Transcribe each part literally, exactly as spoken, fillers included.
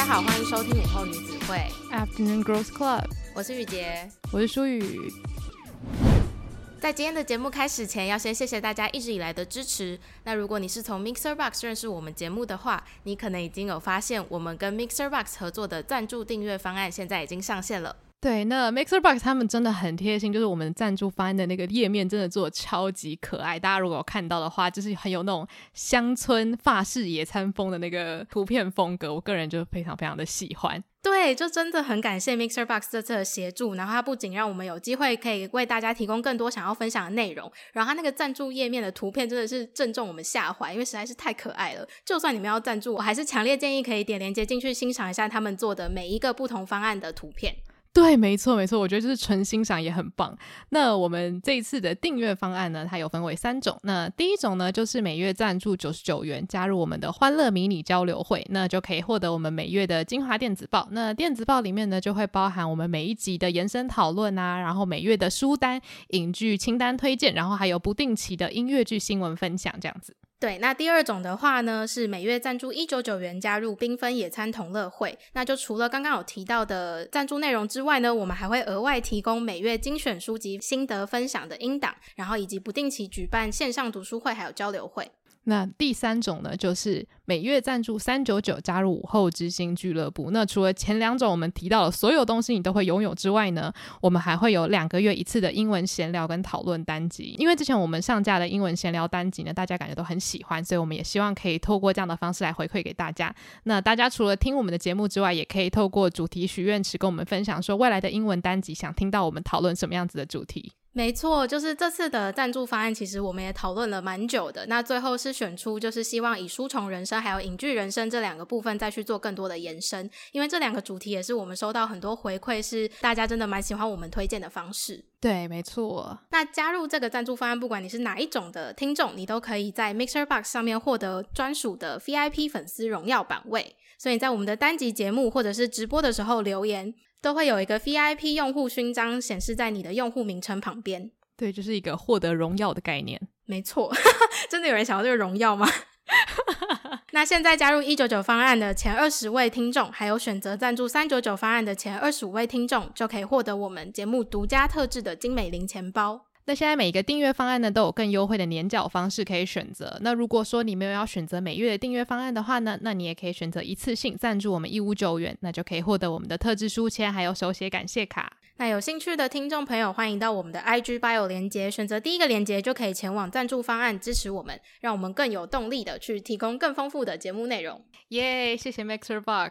好，欢迎收听午后女子会 Afternoon Girls Club， 我是雨洁， 我是舒雨。 在今天的节目开始前，要先谢谢大家一直以来的支持。那如果你是从 MixerBox 认识我们节目的话，你可能已经有发现我们跟 MixerBox 合作的赞助订阅方案现在已经上线了。 对，那 MixerBox 他们真的很贴心，就是我们赞助方案的那个页面真的做得超级可爱，大家如果有看到的话，就是很有那种乡村法式野餐风的那个图片风格，我个人就非常非常的喜欢。 对，就真的很感谢 MixerBox 这次的协助，然后它不仅让我们有机会可以为大家提供更多想要分享的内容，然后它那个赞助页面的图片真的是正中我们下怀，因为实在是太可爱了。就算你们要赞助，我还是强烈建议可以点连结进去欣赏一下他们做的每一个不同方案的图片。 对，没错没错，我觉得就是纯欣赏也很棒。那我们这一次的订阅方案呢，它有分为三种。那第一种呢，就是每月赞助九十九元，加入我们的欢乐迷你交流会，那就可以获得我们每月的精华电子报。那电子报里面呢，就会包含我们每一集的延伸讨论啊，然后每月的书单、影剧清单推荐，然后还有不定期的音乐剧新闻分享这样子。 对，那第二种的话呢，是每月赞助一百九十九元，加入缤纷野餐同乐会。那就除了刚刚有提到的赞助内容之外呢，我们还会额外提供每月精选书籍心得分享的音档，然后以及不定期举办线上读书会还有交流会。 那第三种呢，就是每月赞助三百九十九，加入午后之星俱乐部。那除了前两种我们提到的所有东西你都会拥有之外呢，我们还会有两个月一次的英文闲聊跟讨论单集。因为之前我们上架的英文闲聊单集呢，大家感觉都很喜欢，所以我们也希望可以透过这样的方式来回馈给大家。那大家除了听我们的节目之外，也可以透过主题许愿池跟我们分享说未来的英文单集想听到我们讨论什么样子的主题。 没错，就是这次的赞助方案其实我们也讨论了蛮久的，那最后是选出就是希望以书虫人生还有影剧人生这两个部分再去做更多的延伸，因为这两个主题也是我们收到很多回馈，是大家真的蛮喜欢我们推荐的方式。 对，没错。 那加入这个赞助方案，不管你是哪一种的听众，你都可以在 MixerBox 上面获得专属的 V I P 粉丝荣耀版位，所以在我们的单集节目或者是直播的时候留言，都会有一个 V I P 用户勋章显示在你的用户名称旁边。 对，就是一个获得荣耀的概念。 没错真的有人想要这个荣耀吗那现在加入一百九十九方案的前二十位听众，还有选择赞助三百九十九方案的前二十五位听众，就可以获得我们节目独家特制的精美零钱包。 那现在每一个订阅方案呢，都有更优惠的年缴方式可以选择。那如果说你没有要选择每月的订阅方案的话呢，那你也可以选择一次性赞助我们一百五十九元，那就可以获得我们的特制书签还有手写感谢卡。 那有兴趣的听众朋友，欢迎到我们的 I G bio 连结，选择第一个连结就可以前往赞助方案支持我们，让我们更有动力的去提供更丰富的节目内容。 耶、yeah, 谢谢 MixerBox。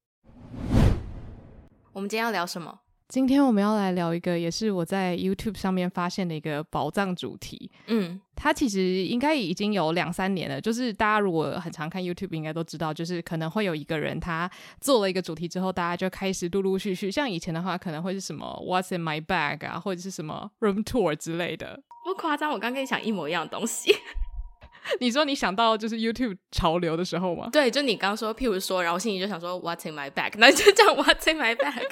我们今天要聊什么？ 今天我们要来聊一个也是我在 YouTube 上面发现的一个宝藏主题。嗯，它其实应该已经有两三年了，就是大家如果很常看 YouTube 应该都知道，就是可能会有一个人他做了一个主题之后，大家就开始陆陆续续，像以前的话可能会是什么 What's in my bag 啊，或者是什么 Room Tour 之类的。 不夸张，我刚跟你讲一模一样的东西你说你想到就是 YouTube 潮流的时候吗？ 对，就你刚说譬如说，然后心里就想说 What's in my bag， 那就叫 What's in my bag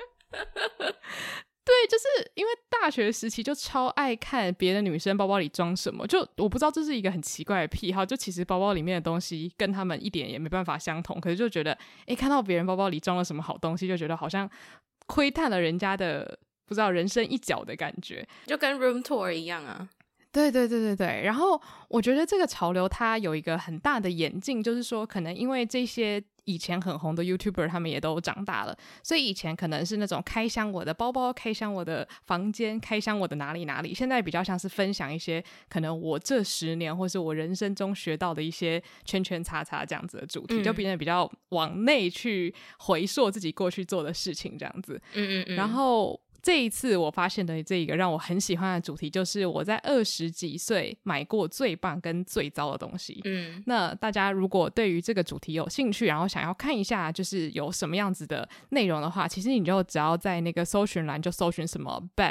对，就是因为大学时期就超爱看别的女生包包里装什么，就我不知道这是一个很奇怪的癖好，就其实包包里面的东西跟他们一点也没办法相同，可是就觉得诶看到别人包包里装了什么好东西，就觉得好像窥探了人家的不知道人生一角的感觉， 就跟 Room Tour 一样啊。 对对对对对，然后我觉得这个潮流它有一个很大的演进，就是说可能因为这些以前很红的 YouTuber 他们也都长大了，所以以前可能是那种开箱我的包包，开箱我的房间，开箱我的哪里哪里，现在比较像是分享一些可能我这十年或是我人生中学到的一些圈圈叉叉这样子的主题、嗯、就变得比较往内去回溯自己过去做的事情这样子。嗯嗯嗯。然后这一次我发现的这一个让我很喜欢的主题，就是我在二十几岁买过最棒跟最糟的东西。嗯，那大家如果对于这个主题有兴趣，然后想要看一下就是有什么样子的内容的话，其实你就只要在那个搜寻栏就搜寻什么 best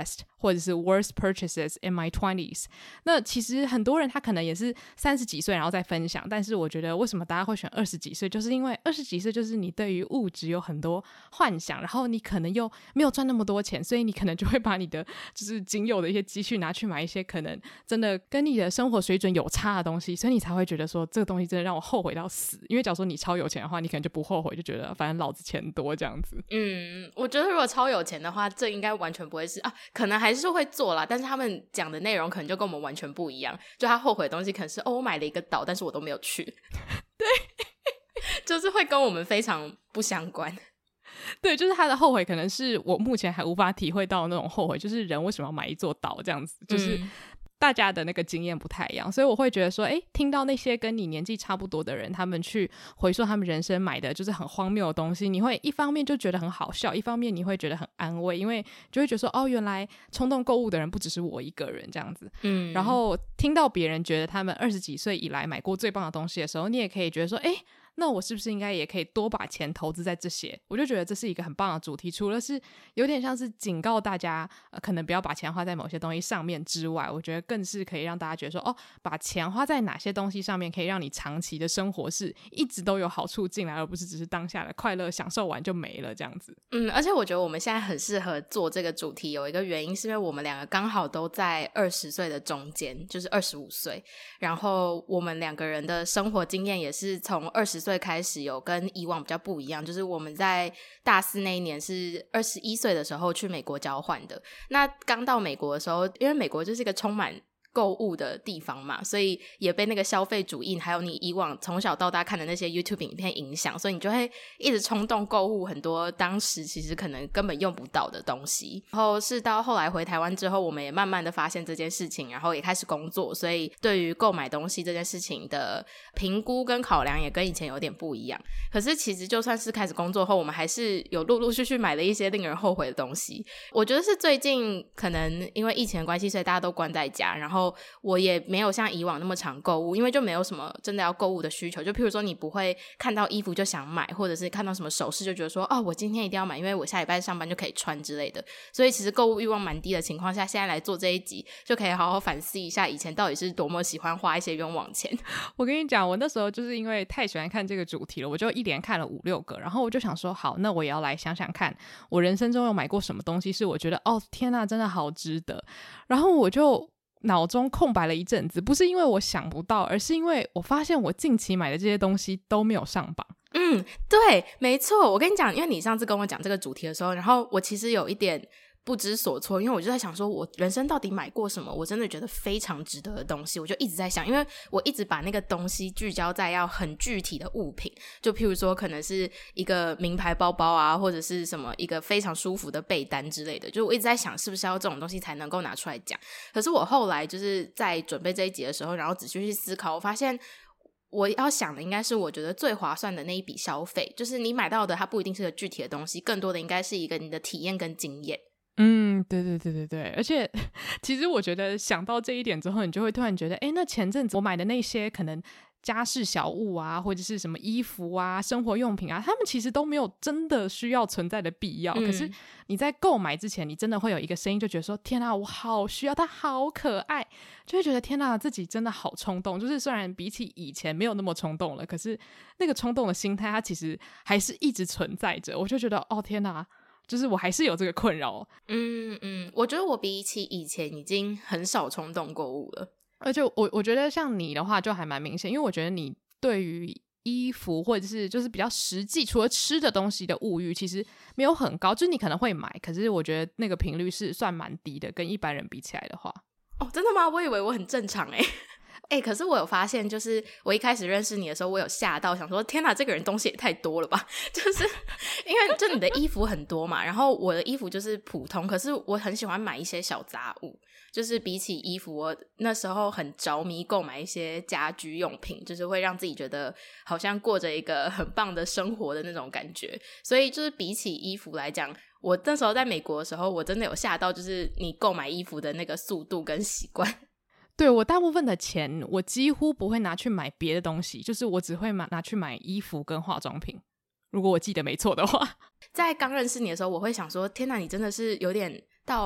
或者是 worst purchases in my twenties。 那其实很多人他可能也是三十几岁然后再分享，但是我觉得为什么大家会选二十几岁，就是因为二十几岁就是你对于物质有很多幻想，然后你可能又没有赚那么多钱，所以你可能就会把你的就是仅有的一些积蓄拿去买一些可能真的跟你的生活水准有差的东西，所以你才会觉得说这个东西真的让我后悔到死。因为假如说你超有钱的话，你可能就不后悔，就觉得反正老子钱多这样子。 嗯，我觉得如果超有钱的话，这应该完全不会是啊，可能还是会做啦，但是他们讲的内容可能就跟我们完全不一样。就他后悔的东西可能是哦，我买了一个岛，但是我都没有去。 对， 就是会跟我们非常不相关。 对，就是他的后悔可能是我目前还无法体会到那种后悔，就是人为什么要买一座岛这样子，就是大家的那个经验不太一样，所以我会觉得说，诶，听到那些跟你年纪差不多的人，他们去回溯他们人生买的就是很荒谬的东西，你会一方面就觉得很好笑，一方面你会觉得很安慰，因为就会觉得说，哦，原来冲动购物的人不只是我一个人这样子。嗯，然后听到别人觉得他们二十几岁以来买过最棒的东西的时候，你也可以觉得说，诶，那我是不是应该也可以多把钱投资在这些？我就觉得这是一个很棒的主题，除了是有点像是警告大家、呃、可能不要把钱花在某些东西上面之外，我觉得更是可以让大家觉得说，哦，把钱花在哪些东西上面可以让你长期的生活是一直都有好处进来，而不是只是当下的快乐享受完就没了这样子。 嗯，而且我觉得我们现在很适合做这个主题，有一个原因是因为我们两个刚好都在二十岁的中间，就是二十五岁，然后我们两个人的生活经验也是从二十岁开始有跟以往比较不一样，就是我们在大四那一年是二十一岁的时候去美国交换的。那刚到美国的时候，因为美国就是一个充满购物的地方嘛，所以也被那个消费主义还有你以往从小到大看的那些 YouTube 影片影响，所以你就会一直冲动购物很多当时其实可能根本用不到的东西。然后是到后来回台湾之后，我们也慢慢的发现这件事情，然后也开始工作，所以对于购买东西这件事情的评估跟考量也跟以前有点不一样。可是其实就算是开始工作后，我们还是有陆陆续续买了一些令人后悔的东西。我觉得是最近可能因为疫情的关系，所以大家都关在家，然后我也没有像以往那么常购物，因为就没有什么真的要购物的需求。就譬如说你不会看到衣服就想买，或者是看到什么首饰就觉得说哦，我今天一定要买，因为我下礼拜上班就可以穿之类的。所以其实购物欲望蛮低的情况下，现在来做这一集就可以好好反思一下以前到底是多么喜欢花一些冤枉钱。 我跟你讲，我那时候就是因为太喜欢看这个主题了，我就一连看了五六个，然后我就想说好，那我也要来想想看我人生中有买过什么东西是我觉得哦天哪真的好值得，然后我就脑中空白了一阵子，不是因为我想不到，而是因为我发现我近期买的这些东西都没有上榜。 嗯，对，没错。我跟你讲，因为你上次跟我讲这个主题的时候，然后我其实有一点不知所措，因为我就在想说我人生到底买过什么我真的觉得非常值得的东西。我就一直在想，因为我一直把那个东西聚焦在要很具体的物品，就譬如说可能是一个名牌包包啊，或者是什么一个非常舒服的被单之类的，就我一直在想是不是要这种东西才能够拿出来讲。可是我后来就是在准备这一集的时候，然后仔细去思考，我发现我要想的应该是我觉得最划算的那一笔消费，就是你买到的它不一定是个具体的东西，更多的应该是一个你的体验跟经验。 嗯，对对对对对，而且其实我觉得想到这一点之后，你就会突然觉得，诶，那前阵子我买的那些可能家饰小物啊，或者是什么衣服啊、生活用品啊，他们其实都没有真的需要存在的必要、嗯、可是你在购买之前，你真的会有一个声音就觉得说，天啊我好需要，它好可爱，就会觉得天啊自己真的好冲动。就是虽然比起以前没有那么冲动了，可是那个冲动的心态它其实还是一直存在着。我就觉得哦天啊，就是我还是有这个困扰。 嗯嗯，我觉得我比起以前已经很少冲动购物了。 而且我我觉得像你的话就还蛮明显，因为我觉得你对于衣服或者是就是比较实际除了吃的东西的物欲其实没有很高，就是你可能会买，可是我觉得那个频率是算蛮低的，跟一般人比起来的话。 哦，真的吗？我以为我很正常耶。哎、欸，可是我有发现，就是我一开始认识你的时候，我有吓到，想说天哪，这个人东西也太多了吧！就是因为就你的衣服很多嘛，然后我的衣服就是普通，可是我很喜欢买一些小杂物，就是比起衣服，我那时候很着迷购买一些家居用品，就是会让自己觉得好像过着一个很棒的生活的那种感觉。所以就是比起衣服来讲，我那时候在美国的时候，我真的有吓到，就是你购买衣服的那个速度跟习惯。 对，我大部分的钱我几乎不会拿去买别的东西，就是我只会拿去买衣服跟化妆品，如果我记得没错的话。 在刚认识你的时候，我会想说天哪，你真的是有点到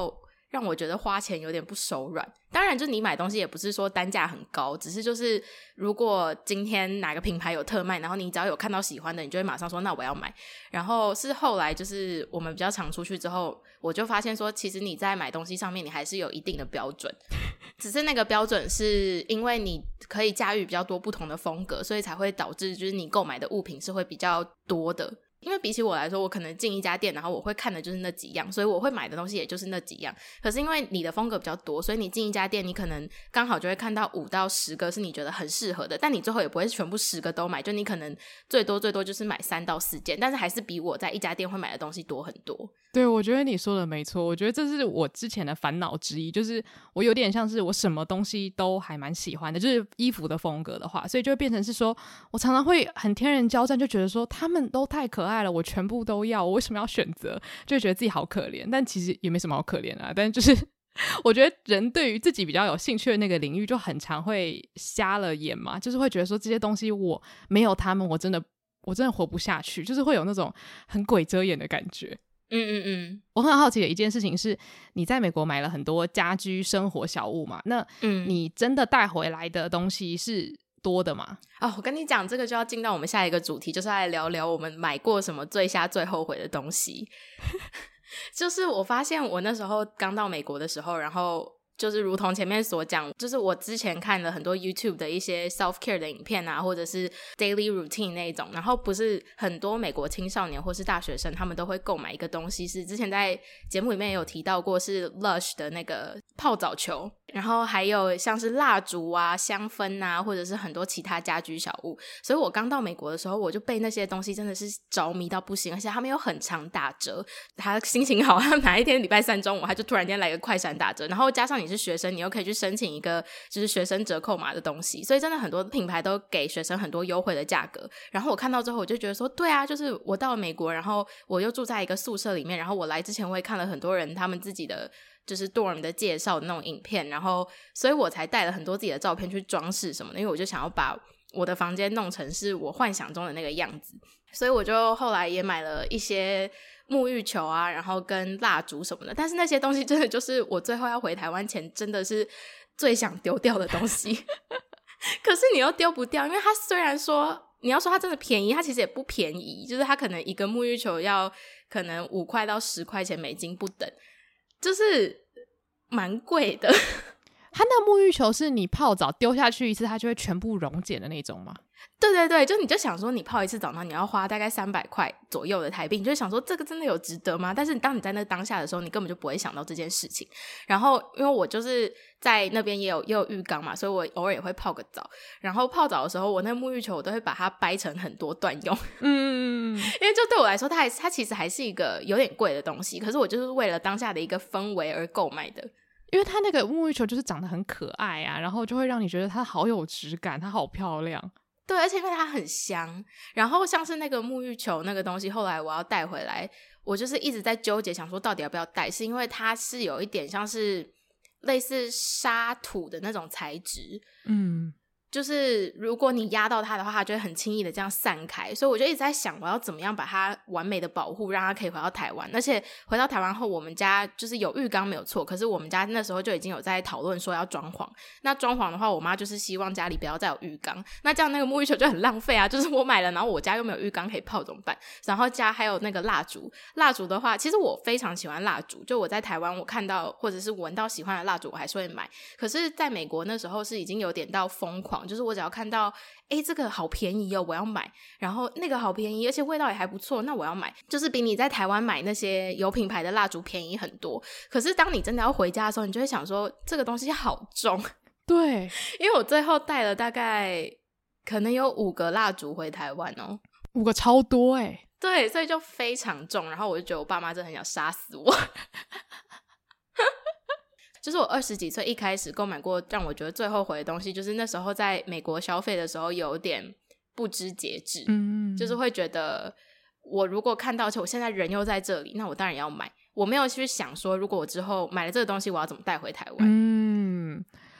让我觉得花钱有点不手软。当然就你买东西也不是说单价很高，只是就是如果今天哪个品牌有特卖，然后你只要有看到喜欢的，你就会马上说那我要买。然后是后来就是我们比较常出去之后，我就发现说其实你在买东西上面你还是有一定的标准，只是那个标准是因为你可以驾驭比较多不同的风格，所以才会导致就是你购买的物品是会比较多的。因为比起我来说，我可能进一家店然后我会看的就是那几样，所以我会买的东西也就是那几样。可是因为你的风格比较多，所以你进一家店你可能刚好就会看到五到十个是你觉得很适合的，但你最后也不会全部十个都买，就你可能最多最多就是买三到四件，但是还是比我在一家店会买的东西多很多。 对，我觉得你说的没错，我觉得这是我之前的烦恼之一，就是我有点像是我什么东西都还蛮喜欢的，就是衣服的风格的话，所以就会变成是说我常常会很天人交战，就觉得说他们都太可爱了，我全部都要，我为什么要选择，就会觉得自己好可怜。但其实也没什么好可怜啊，但就是我觉得人对于自己比较有兴趣的那个领域就很常会瞎了眼嘛，就是会觉得说这些东西我没有他们我真的我真的活不下去，就是会有那种很鬼遮眼的感觉。 嗯嗯嗯， 我很好奇的一件事情是，你在美国买了很多家居生活小物嘛？那你真的带回来的东西是多的吗？ 哦，我跟你讲，这个就要进到我们下一个主题，就是来聊聊我们买过什么最瞎最后悔的东西。就是我发现我那时候刚到美国的时候，然后就是如同前面所讲，就是我之前看了很多 YouTube 的一些 self-care 的影片啊，或者是 daily routine 那一种，然后不是很多美国青少年或是大学生他们都会购买一个东西，是之前在节目里面也有提到过，是 Lush 的那个泡澡球，然后还有像是蜡烛啊、香氛啊，或者是很多其他家居小物。所以我刚到美国的时候，我就被那些东西真的是着迷到不行，而且他们又很常打折，他心情好，他哪一天礼拜三中午他就突然间来个快闪打折，然后加上你是学生，你又可以去申请一个就是学生折扣码的东西，所以真的很多品牌都给学生很多优惠的价格。然后我看到之后我就觉得说对啊，就是我到了美国，然后我又住在一个宿舍里面，然后我来之前我也看了很多人他们自己的就是 dorm 的介绍的那种影片，然后所以我才带了很多自己的照片去装饰什么的，因为我就想要把我的房间弄成是我幻想中的那个样子。所以我就后来也买了一些沐浴球啊，然后跟蜡烛什么的，但是那些东西真的就是我最后要回台湾前真的是最想丢掉的东西。可是你又丢不掉，因为它虽然说你要说它真的便宜，它其实也不便宜，就是它可能一个沐浴球要可能五块到十块钱美金不等，就是蛮贵的。 它那沐浴球是你泡澡丢下去一次它就会全部溶解的那种吗？ 对对对，就你就想说你泡一次澡呢，你要花大概三百块左右的台币，你就想说这个真的有值得吗？但是当你在那当下的时候，你根本就不会想到这件事情。然后因为我就是在那边也有也有浴缸嘛，所以我偶尔也会泡个澡。然后泡澡的时候，我那沐浴球我都会把它掰成很多段用。嗯，因为就对我来说，它还它其实还是一个有点贵的东西，可是我就是为了当下的一个氛围而购买的。 因为它那个沐浴球就是长得很可爱啊，然后就会让你觉得它好有质感，它好漂亮。 对，而且因为它很香，然后像是那个沐浴球那个东西，后来我要带回来，我就是一直在纠结，想说到底要不要带，是因为它是有一点像是类似沙土的那种材质，嗯，就是如果你压到它的话，它就会很轻易的这样散开，所以我就一直在想我要怎么样把它完美的保护，让它可以回到台湾。而且回到台湾后，我们家就是有浴缸没有错，可是我们家那时候就已经有在讨论说要装潢，那装潢的话我妈就是希望家里不要再有浴缸，那这样那个沐浴球就很浪费啊，就是我买了然后我家又没有浴缸可以泡怎么办。然后家还有那个蜡烛，蜡烛的话其实我非常喜欢蜡烛，就我在台湾我看到或者是闻到喜欢的蜡烛我还是会买，可是在美国那时候是已经有点到疯狂，就是我只要看到诶这个好便宜哦我要买，然后那个好便宜而且味道也还不错那我要买，就是比你在台湾买那些有品牌的蜡烛便宜很多。可是当你真的要回家的时候，你就会想说这个东西好重。 对， 因为我最后带了大概可能有五个蜡烛回台湾哦， 五个超多欸。 对，所以就非常重，然后我就觉得我爸妈真的很想杀死我。就是我二十几岁一开始购买过让我觉得最后悔的东西，就是那时候在美国消费的时候有点不知节制，嗯，就是会觉得我如果看到，而且我现在人又在这里，那我当然要买，我没有去想说如果我之后买了这个东西我要怎么带回台湾。 嗯，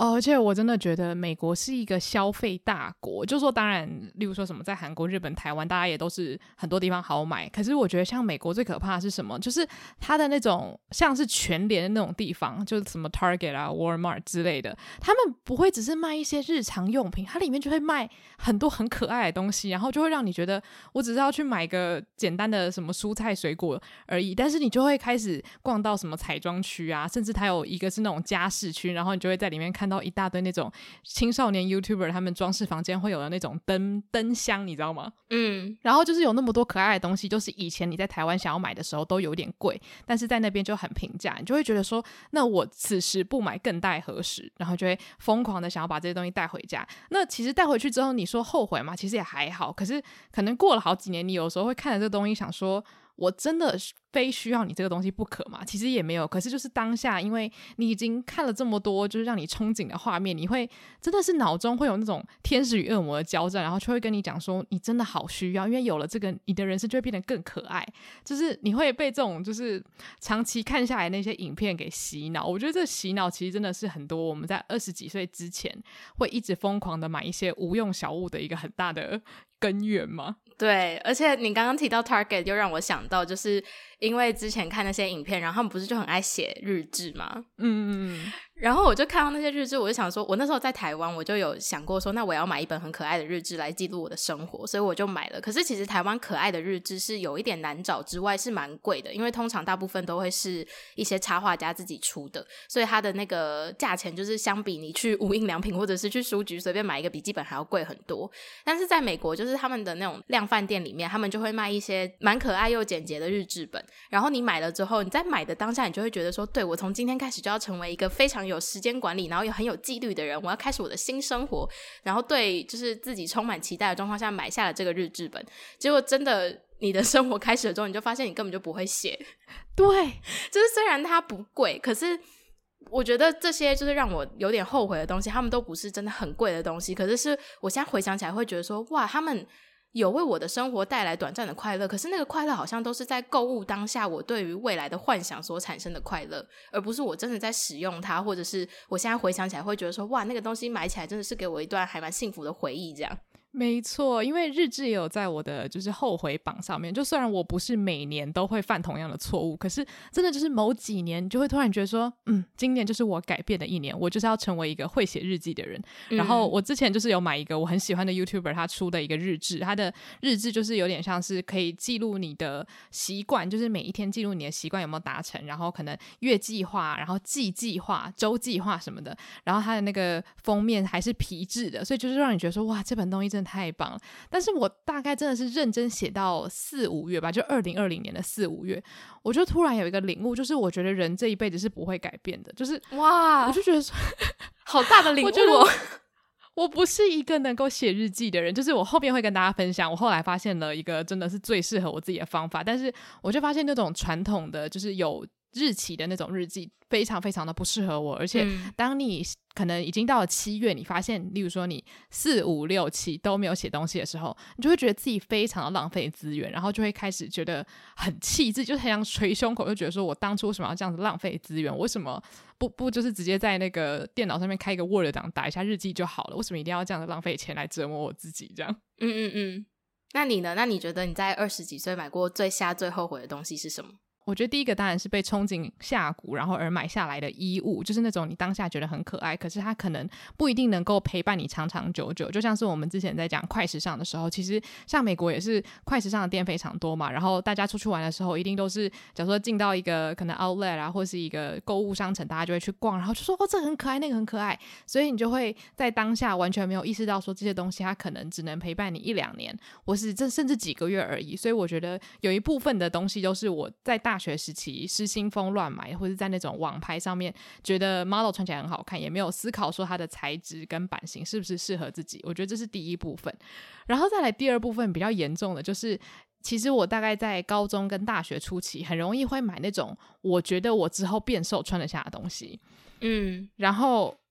哦，而且我真的觉得美国是一个消费大国，就说当然例如说什么在韩国、日本、台湾大家也都是很多地方好买，可是我觉得像美国最可怕的是什么，就是它的那种像是全联的那种地方，就是什么 Target 啊 Walmart 之类的，他们不会只是卖一些日常用品，它里面就会卖很多很可爱的东西，然后就会让你觉得我只是要去买个简单的什么蔬菜水果而已，但是你就会开始逛到什么彩妆区啊，甚至它有一个是那种家饰区，然后你就会在里面看到一大堆那种青少年 YouTuber 他们装饰房间会有的那种灯灯箱，你知道吗？ 嗯， 然后就是有那么多可爱的东西，就是以前你在台湾想要买的时候都有点贵，但是在那边就很平价，你就会觉得说那我此时不买更待何时，然后就会疯狂的想要把这些东西带回家。那其实带回去之后你说后悔吗？其实也还好，可是可能过了好几年，你有时候会看着这个东西想说我真的非需要你这个东西不可吗？其实也没有，可是就是当下因为你已经看了这么多就是让你憧憬的画面，你会真的是脑中会有那种天使与恶魔的交战，然后就会跟你讲说你真的好需要，因为有了这个你的人生就会变得更可爱，就是你会被这种就是长期看下来那些影片给洗脑。我觉得这洗脑其实真的是很多我们在二十几岁之前会一直疯狂的买一些无用小物的一个很大的根源嘛。 对，而且你刚刚提到 Target 又让我想到，就是因为之前看那些影片，然后他们不是就很爱写日志吗？嗯嗯嗯。然后我就看到那些日志，我就想说，我那时候在台湾，我就有想过说，那我要买一本很可爱的日志来记录我的生活，所以我就买了。可是其实台湾可爱的日志是有一点难找之外，是蛮贵的，因为通常大部分都会是一些插画家自己出的，所以它的那个价钱就是相比你去无印良品或者是去书局随便买一个笔记本还要贵很多。但是在美国，就是他们的那种量贩店里面，他们就会卖一些蛮可爱又简洁的日志本，然后你买了之后，你在买的当下，你就会觉得说，对，我从今天开始就要成为一个非常有时间管理然后又很有纪律的人，我要开始我的新生活，然后对就是自己充满期待的状况下买下了这个日志本，结果真的你的生活开始了之后，你就发现你根本就不会写。 对， 就是虽然它不贵，可是我觉得这些就是让我有点后悔的东西，他们都不是真的很贵的东西，可是是我现在回想起来会觉得说，哇，他们有为我的生活带来短暂的快乐，可是那个快乐好像都是在购物当下我对于未来的幻想所产生的快乐，而不是我真的在使用它，或者是我现在回想起来会觉得说，哇，那个东西买起来真的是给我一段还蛮幸福的回忆这样。 没错，因为日志也有在我的就是后悔榜上面，就虽然我不是每年都会犯同样的错误，可是真的就是某几年就会突然觉得说，嗯，今年就是我改变的一年，我就是要成为一个会写日记的人、嗯、然后我之前就是有买一个我很喜欢的 YouTuber 他出的一个日志，他的日志就是有点像是可以记录你的习惯，就是每一天记录你的习惯有没有达成，然后可能月计划，然后季计划、周计划什么的，然后他的那个封面还是皮质的，所以就是让你觉得说，哇，这本东西真的太棒了。但是我大概真的是认真写到四五月吧，就二零二零年的四五月，我就突然有一个领悟，就是我觉得人这一辈子是不会改变的，就是哇，我就觉得说好大的领悟哦。 我不是一个能够写日记的人，就是我后面会跟大家分享，我后来发现了一个真的是最适合我自己的方法，但是我就发现那种传统的就是有日期的那种日记非常非常的不适合我，而且当你可能已经到了七月，你发现例如说你四五六七都没有写东西的时候，你就会觉得自己非常的浪费资源，然后就会开始觉得很气自己，就是很想捶胸口，就觉得说我当初为什么要这样子浪费资源，为什么不不就是直接在那个电脑上面开一个 Word 档打一下日记就好了，为什么一定要这样子浪费钱来折磨我自己这样。 嗯嗯嗯。那你呢？那你觉得你在二十几岁买过最瞎最后悔的东西是什么？ 我觉得第一个当然是被憧憬下蛊然后而买下来的衣物，就是那种你当下觉得很可爱，可是它可能不一定能够陪伴你长长久久，就像是我们之前在讲快时尚的时候，其实像美国也是快时尚的店非常多嘛，然后大家出去玩的时候一定都是假如说进到一个可能 outlet 啊或是一个购物商城，大家就会去逛，然后就说哦这个很可爱那个很可爱，所以你就会在当下完全没有意识到说这些东西它可能只能陪伴你一两年或是这甚至几个月而已，所以我觉得有一部分的东西都是我在大学时期失心疯乱买，或是在那种网拍上面觉得 model 穿起来很好看，也没有思考说它的材质跟版型是不是适合自己，我觉得这是第一部分。然后再来第二部分比较严重的就是其实我大概在高中跟大学初期很容易会买那种我觉得我之后变瘦穿得下的东西，嗯，然后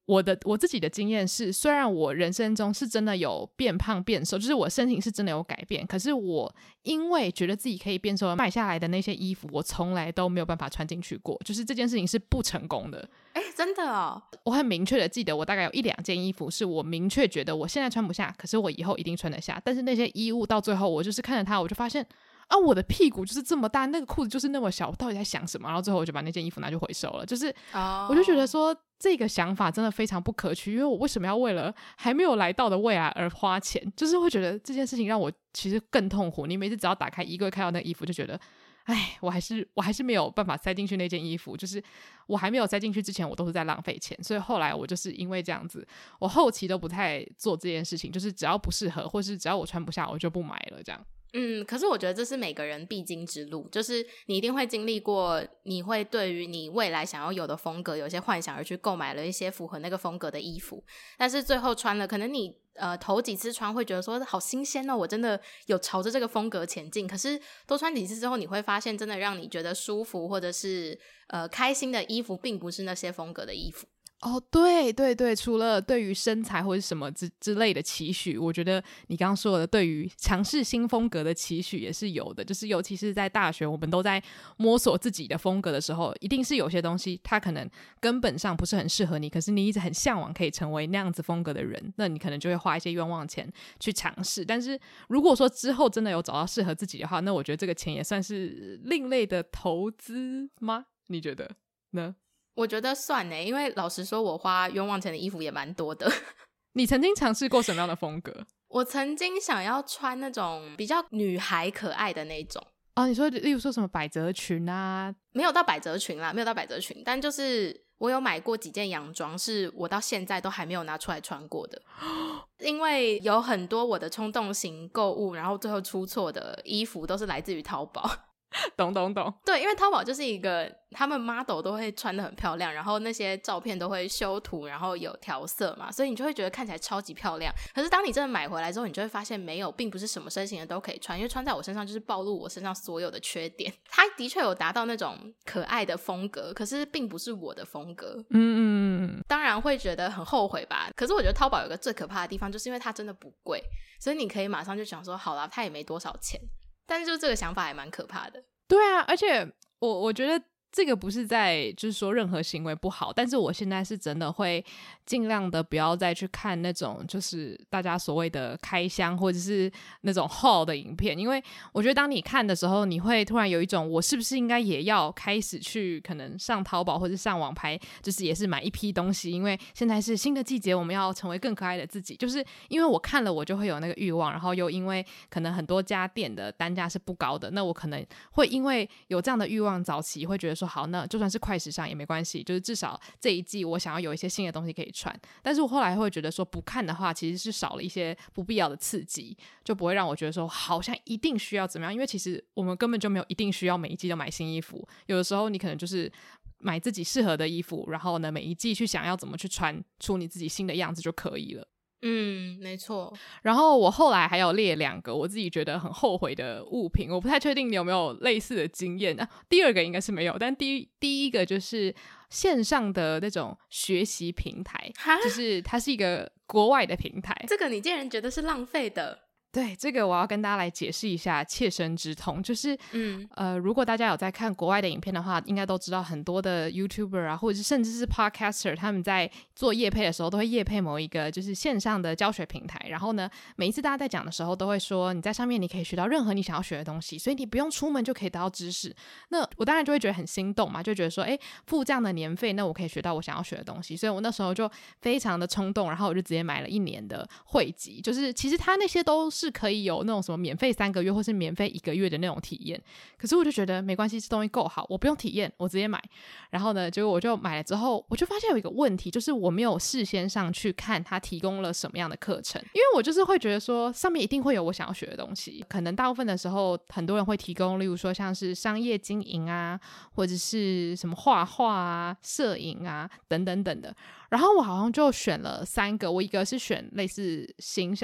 我的我自己的经验是，虽然我人生中是真的有变胖变瘦，就是我身形是真的有改变，可是我因为觉得自己可以变瘦买下来的那些衣服，我从来都没有办法穿进去过，就是这件事情是不成功的。 哎，真的哦。 我很明确的记得，我大概有一两件衣服是我明确觉得我现在穿不下，可是我以后一定穿得下，但是那些衣物到最后我就是看着它，我就发现啊，我的屁股就是这么大，那个裤子就是那么小，我到底在想什么？然后最后我就把那件衣服拿去回收了。就是， oh. 我就觉得说这个想法真的非常不可取，因为我为什么要为了还没有来到的未来而花钱？就是会觉得这件事情让我其实更痛苦。你每次只要打开衣柜看到那个衣服，就觉得，哎，我还是我还是没有办法塞进去那件衣服。就是我还没有塞进去之前，我都是在浪费钱。所以后来我就是因为这样子，我后期都不太做这件事情，就是只要不适合，或是只要我穿不下，我就不买了这样。 嗯，可是我觉得这是每个人必经之路，就是你一定会经历过，你会对于你未来想要有的风格有一些幻想，而去购买了一些符合那个风格的衣服，但是最后穿了，可能你呃头几次穿会觉得说好新鲜哦，我真的有朝着这个风格前进，可是多穿几次之后，你会发现真的让你觉得舒服或者是呃开心的衣服，并不是那些风格的衣服。 哦，对对对，除了对于身材或者什么 之, 之类的期许，我觉得你刚刚说的对于尝试新风格的期许也是有的，就是尤其是在大学我们都在摸索自己的风格的时候，一定是有些东西它可能根本上不是很适合你，可是你一直很向往可以成为那样子风格的人，那你可能就会花一些冤枉钱去尝试。但是如果说之后真的有找到适合自己的话，那我觉得这个钱也算是另类的投资吗？你觉得呢？ 我觉得算耶，因为老实说我花冤枉钱的衣服也蛮多的。 你曾经尝试过什么样的风格？ 我曾经想要穿那种比较女孩可爱的那种。 哦，你说例如说什么百褶裙啊？ 没有到百褶裙啦，没有到百褶裙，但就是我有买过几件洋装是我到现在都还没有拿出来穿过的。因为有很多我的冲动型购物然后最后出错的衣服都是来自于淘宝。 懂懂懂。 对，因为淘宝就是一个他们 model 都会穿得很漂亮，然后那些照片都会修图，然后有调色嘛，所以你就会觉得看起来超级漂亮。可是当你真的买回来之后，你就会发现没有，并不是什么身形的都可以穿，因为穿在我身上就是暴露我身上所有的缺点。它的确有达到那种可爱的风格，可是并不是我的风格。 嗯嗯嗯， 当然会觉得很后悔吧。可是我觉得淘宝有个最可怕的地方，就是因为它真的不贵，所以你可以马上就想说好啦，它也没多少钱。但是就这个想法还蛮可怕的。 对啊，而且我我觉得这个不是在就是说任何行为不好，但是我现在是真的会尽量的不要再去看那种就是大家所谓的开箱或者是那种 haul 的影片，因为我觉得当你看的时候，你会突然有一种我是不是应该也要开始去可能上淘宝或者上网拍，就是也是买一批东西，因为现在是新的季节，我们要成为更可爱的自己。就是因为我看了我就会有那个欲望，然后又因为可能很多家店的单价是不高的，那我可能会因为有这样的欲望，早期会觉得说好，那就算是快时尚也没关系，就是至少这一季我想要有一些新的东西可以穿。但是我后来会觉得说不看的话其实是少了一些不必要的刺激，就不会让我觉得说好像一定需要怎么样，因为其实我们根本就没有一定需要每一季都买新衣服，有的时候你可能就是买自己适合的衣服，然后呢每一季去想要怎么去穿出你自己新的样子就可以了。 嗯，没错。 然后我后来还有列两个我自己觉得很后悔的物品，我不太确定你有没有类似的经验、啊、第二个应该是没有，但第一第一个就是线上的那种学习平台，就是它是一个国外的平台。 这个你竟然觉得是浪费的？ 对，这个我要跟大家来解释一下切身之痛，就是嗯呃，如果大家有在看国外的影片的话，应该都知道很多的 YouTuber 啊，或者是甚至是 Podcaster， 他们在做业配的时候都会业配某一个就是线上的教学平台，然后呢每一次大家在讲的时候都会说你在上面你可以学到任何你想要学的东西，所以你不用出门就可以得到知识。那我当然就会觉得很心动嘛，就觉得说诶，付这样的年费，那我可以学到我想要学的东西，所以我那时候就非常的冲动，然后我就直接买了一年的会籍，就是其实他那些都是可以有那种什么免费三个月或是免费一个月的那种体验，可是我就觉得没关系，这东西够好，我不用体验，我直接买。然后呢结果我就买了之后，我就发现有一个问题，就是我没有事先上去看他提供了什么样的课程，因为我就是会觉得说上面一定会有我想要学的东西，可能大部分的时候很多人会提供例如说像是商业经营啊，或者是什么画画啊、摄影啊等等等的，然后我好像就选了三个，我一个是选类似行销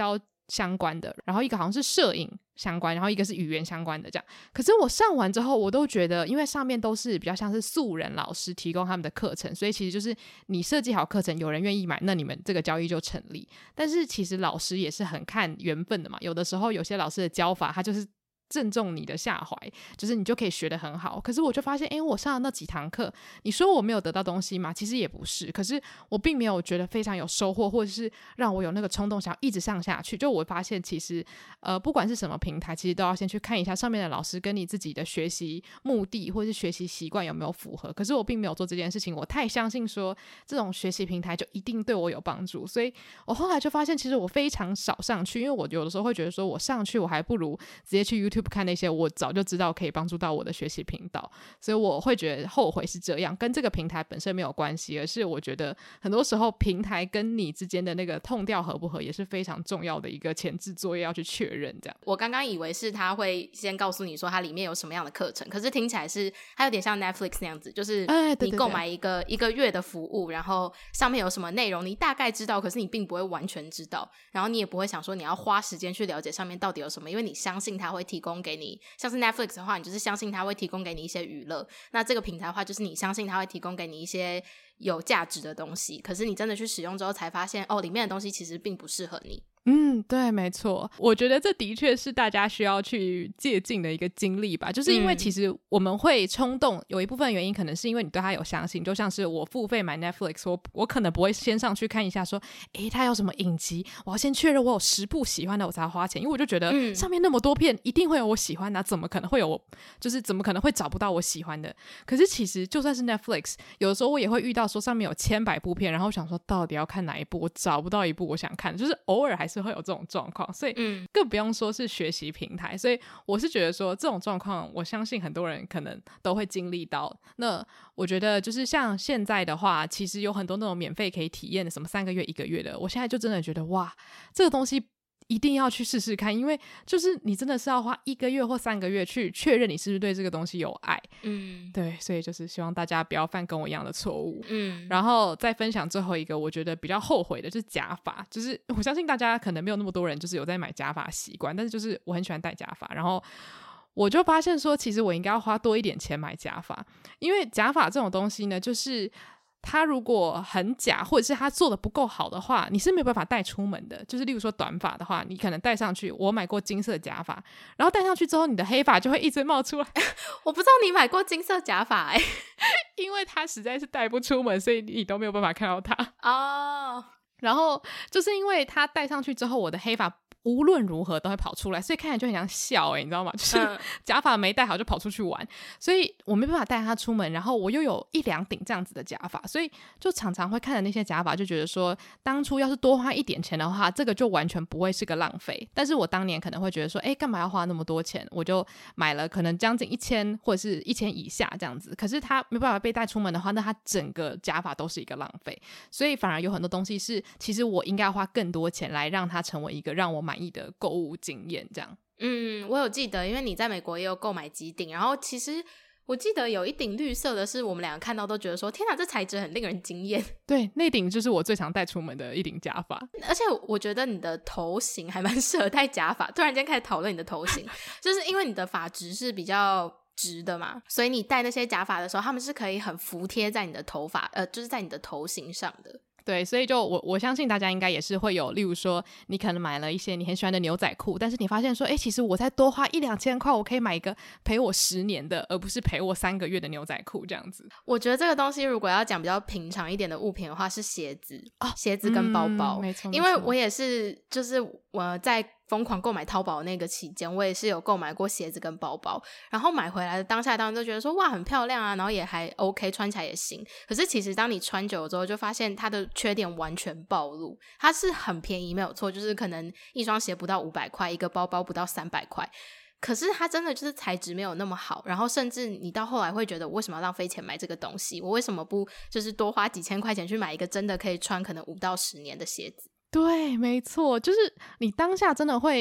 相关的，然后一个好像是摄影相关，然后一个是语言相关的这样。可是我上完之后我都觉得，因为上面都是比较像是素人老师提供他们的课程，所以其实就是你设计好课程有人愿意买，那你们这个交易就成立。但是其实老师也是很看缘分的嘛，有的时候有些老师的教法他就是正中你的下怀，就是你就可以学得很好。可是我就发现诶，我上的那几堂课，你说我没有得到东西吗？其实也不是，可是我并没有觉得非常有收获，或者是让我有那个冲动想要一直上下去。就我发现其实呃，不管是什么平台，其实都要先去看一下上面的老师跟你自己的学习目的或者是学习习惯有没有符合。可是我并没有做这件事情，我太相信说这种学习平台就一定对我有帮助，所以我后来就发现其实我非常少上去，因为我有的时候会觉得说我上去我还不如直接去 YouTube看那些我早就知道可以帮助到我的学习频道，所以我会觉得后悔是这样，跟这个平台本身没有关系，而是我觉得很多时候平台跟你之间的那个痛调合不合也是非常重要的一个前置作业要去确认这样。 我刚刚以为是他会先告诉你说它里面有什么样的课程，可是听起来是它有点像 Netflix 那样子，就是你购买一个、哎、对对对一个月的服务，然后上面有什么内容你大概知道，可是你并不会完全知道，然后你也不会想说你要花时间去了解上面到底有什么，因为你相信它会提供给你，像是 Netflix 的话你就是相信它会提供给你一些娱乐，那这个平台的话就是你相信它会提供给你一些有价值的东西，可是你真的去使用之后才发现哦，里面的东西其实并不适合你。 嗯，对，没错，我觉得这的确是大家需要去借鉴的一个经历吧，就是因为其实我们会冲动、嗯、有一部分原因可能是因为你对他有相信，就像是我付费买 Netflix， 我, 我可能不会先上去看一下说诶他有什么影集，我要先确认我有十部喜欢的我才花钱，因为我就觉得上面那么多片一定会有我喜欢的、啊、怎么可能会有我，就是怎么可能会找不到我喜欢的。可是其实就算是 Netflix 有的时候我也会遇到说上面有千百部片，然后想说到底要看哪一部，我找不到一部我想看，就是偶尔还是会有这种状况，所以更不用说是学习平台。所以我是觉得说这种状况我相信很多人可能都会经历到。那我觉得就是像现在的话其实有很多那种免费可以体验的，什么三个月一个月的，我现在就真的觉得哇这个东西一定要去试试看，因为就是你真的是要花一个月或三个月去确认你是不是对这个东西有爱。嗯，对，所以就是希望大家不要犯跟我一样的错误。嗯，然后再分享最后一个我觉得比较后悔的就是假发，就是我相信大家可能没有那么多人就是有在买假发习惯，但是就是我很喜欢戴假发，然后我就发现说其实我应该要花多一点钱买假发，因为假发这种东西呢就是它如果很假或者是它做的不够好的话你是没有办法带出门的，就是例如说短发的话你可能戴上去，我买过金色假发，然后戴上去之后你的黑发就会一直冒出来我不知道你买过金色假发欸因为它实在是戴不出门，所以你都没有办法看到它哦。Oh. 然后就是因为它戴上去之后我的黑发无论如何都会跑出来，所以看起来就很像笑欸，你知道吗？就是假发没戴好就跑出去玩，所以我没办法带它出门，然后我又有一两顶这样子的假发，所以就常常会看着那些假发就觉得说当初要是多花一点钱的话这个就完全不会是个浪费。但是我当年可能会觉得说诶干嘛要花那么多钱，我就买了可能将近一千或者是一千以下这样子，可是它没办法被带出门的话那它整个假发都是一个浪费，所以反而有很多东西是其实我应该要花更多钱来让它成为一个让我满意的购物经验这样。 嗯，我有记得因为你在美国也有购买几顶，然后其实我记得有一顶绿色的是我们两个看到都觉得说天哪这材质很令人惊艳， 对，那顶就是我最常戴出门的一顶假发， 而且我觉得你的头型还蛮适合戴假发，突然间开始讨论你的头型就是因为你的发质是比较直的嘛，所以你戴那些假发的时候他们是可以很服贴在你的头发呃，就是在你的头型上的。 对，所以就我我相信大家应该也是会有，例如说你可能买了一些你很喜欢的牛仔裤，但是你发现说诶其实我再多花一两千块我可以买一个陪我十年的而不是陪我三个月的牛仔裤这样子。 我觉得这个东西如果要讲比较平常一点的物品的话是鞋子、哦、鞋子跟包包、嗯、 没错， 因为我也是就是我在疯狂购买淘宝那个期间我也是有购买过鞋子跟包包，然后买回来的当下当然就觉得说哇很漂亮啊，然后也还 OK 穿起来也行，可是其实当你穿久了之后就发现它的缺点完全暴露。它是很便宜没有错，就是可能一双鞋不到五百块，一个包包不到三百块，可是它真的就是材质没有那么好，然后甚至你到后来会觉得我为什么要浪费钱买这个东西，我为什么不就是多花几千块钱去买一个真的可以穿可能五到十年的鞋子。 对，没错，就是你当下真的会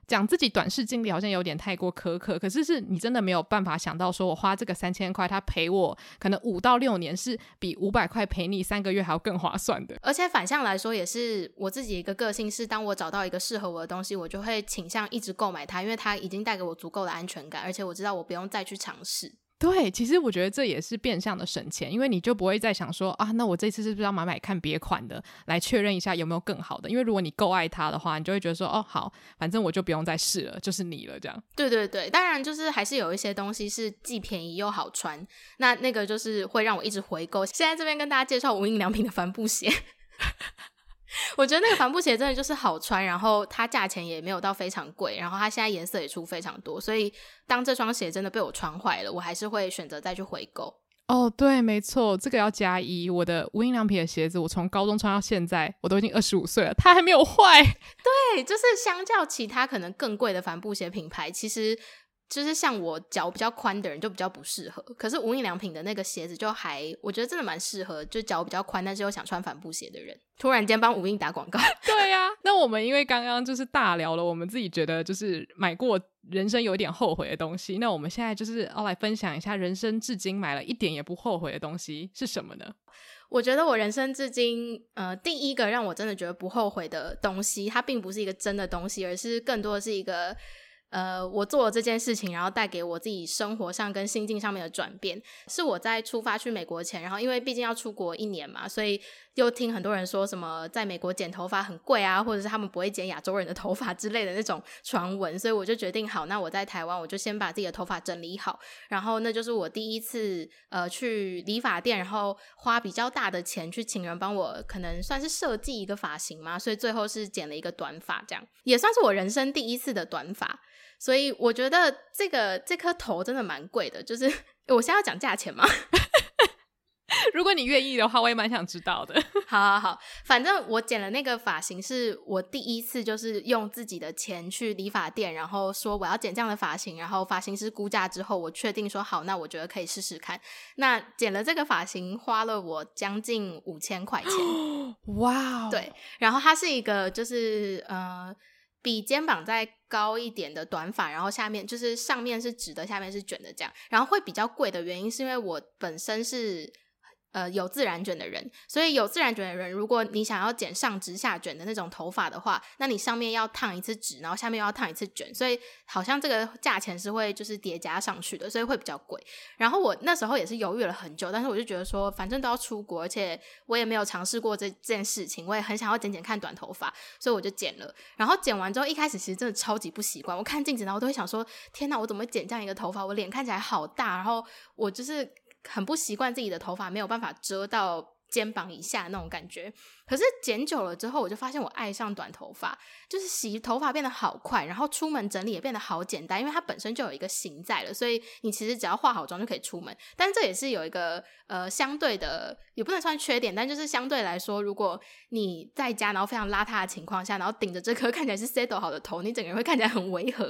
讲自己短视经历好像有点太过苛刻，可是是你真的没有办法想到说我花这个三千块，他赔我可能五到六年是比五百块赔你三个月还要更划算的。 而且反向来说也是我自己一个个性，是当我找到一个适合我的东西，我就会倾向一直购买它，因为它已经带给我足够的安全感，而且我知道我不用再去尝试。 对，其实我觉得这也是变相的省钱，因为你就不会再想说啊，那我这次是不是要买买看别款的来确认一下有没有更好的，因为如果你够爱它的话，你就会觉得说哦好，反正我就不用再试了，就是你了这样。 对对对，当然就是还是有一些东西是既便宜又好穿，那那个就是会让我一直回购。现在这边跟大家介绍无印良品的帆布鞋我觉得那个帆布鞋真的就是好穿，然后它价钱也没有到非常贵，然后它现在颜色也出非常多，所以当这双鞋真的被我穿坏了，我还是会选择再去回购。 哦，对，没错，这个要加一。我的无印良品的鞋子，我从高中穿到现在，我都已经二十五岁了，它还没有坏。 对，就是相较其他可能更贵的帆布鞋品牌，其实就是像我脚比较宽的人就比较不适合，可是无印良品的那个鞋子就还我觉得真的蛮适合就脚比较宽但是又想穿帆布鞋的人。突然间帮无印打广告对呀、啊，那我们因为刚刚就是大聊了我们自己觉得就是买过人生有点后悔的东西，那我们现在就是要来分享一下人生至今买了一点也不后悔的东西是什么呢？ 我觉得我人生至今呃，第一个让我真的觉得不后悔的东西，它并不是一个真的东西，而是更多的是一个呃，我做了这件事情然后带给我自己生活上跟心境上面的转变。是我在出发去美国前，然后因为毕竟要出国一年嘛，所以又听很多人说什么在美国剪头发很贵啊，或者是他们不会剪亚洲人的头发之类的那种传闻，所以我就决定好，那我在台湾我就先把自己的头发整理好，然后那就是我第一次呃去理发店，然后花比较大的钱去请人帮我可能算是设计一个发型嘛，所以最后是剪了一个短发，这样也算是我人生第一次的短发。所以我觉得这个这颗头真的蛮贵的，就是我现在要讲价钱吗？ 如果你愿意的话，我也蛮想知道的。 好好好，反正我剪了那个发型是我第一次就是用自己的钱去理发店，然后说我要剪这样的发型，然后发型师估价之后我确定说好，那我觉得可以试试看。那剪了这个发型花了我将近五千块钱哇、wow 对，然后它是一个就是呃比肩膀再高一点的短发，然后下面就是上面是直的，下面是卷的这样。然后会比较贵的原因是因为我本身是呃有自然卷的人，所以有自然卷的人，如果你想要剪上直下卷的那种头发的话，那你上面要烫一次直，然后下面又要烫一次卷，所以好像这个价钱是会就是叠加上去的，所以会比较贵。然后我那时候也是犹豫了很久，但是我就觉得说反正都要出国，而且我也没有尝试过这件事情，我也很想要剪剪看短头发，所以我就剪了。然后剪完之后一开始其实真的超级不习惯，我看镜子然后都会想说天哪，我怎么会剪这样一个头发，我脸看起来好大，然后我就是很不习惯自己的头发没有办法遮到肩膀以下那种感觉。可是剪久了之后我就发现我爱上短头发，就是洗头发变得好快，然后出门整理也变得好简单，因为它本身就有一个型在了，所以你其实只要化好妆就可以出门。但这也是有一个呃相对的也不能算缺点，但就是相对来说如果你在家然后非常邋遢的情况下，然后顶着这颗看起来是 settle 好的头，你整个人会看起来很违和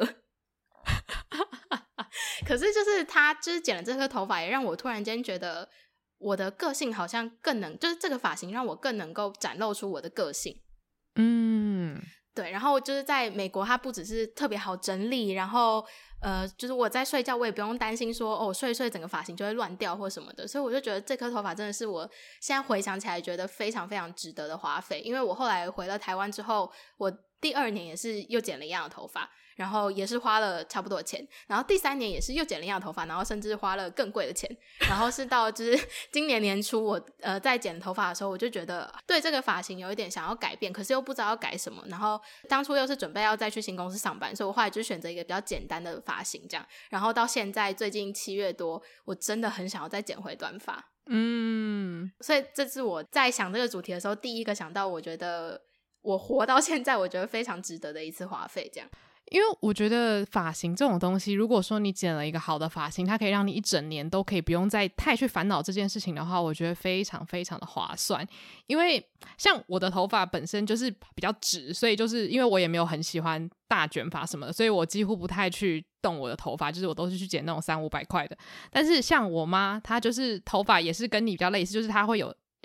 可是就是他就是剪了这颗头发也让我突然间觉得我的个性好像更能，就是这个发型让我更能够展露出我的个性。 嗯， 对，然后就是在美国它不只是特别好整理，然后呃，就是我在睡觉我也不用担心说哦睡一睡整个发型就会乱掉或什么的，所以我就觉得这颗头发真的是我现在回想起来觉得非常非常值得的花费。因为我后来回了台湾之后，我第二年也是又剪了一样的头发，然后也是花了差不多的钱，然后第三年也是又剪了一样的头发，然后甚至花了更贵的钱，然后是到就是今年年初我呃在剪头发的时候，我就觉得对这个发型有一点想要改变，可是又不知道要改什么，然后当初又是准备要再去新公司上班，所以我后来就选择一个比较简单的发型这样，然后到现在最近七月多我真的很想要再剪回短发。嗯，所以这是我在想这个主题的时候第一个想到我觉得我活到现在我觉得非常值得的一次花费这样。 因为我觉得发型这种东西，如果说你剪了一个好的发型，它可以让你一整年都可以不用再太去烦恼这件事情的话，我觉得非常非常的划算。因为像我的头发本身就是比较直，所以就是因为我也没有很喜欢大卷发什么的，所以我几乎不太去动我的头发，就是我都是去剪那种三五百块的。但是像我妈她就是头发也是跟你比较类似，就是她会有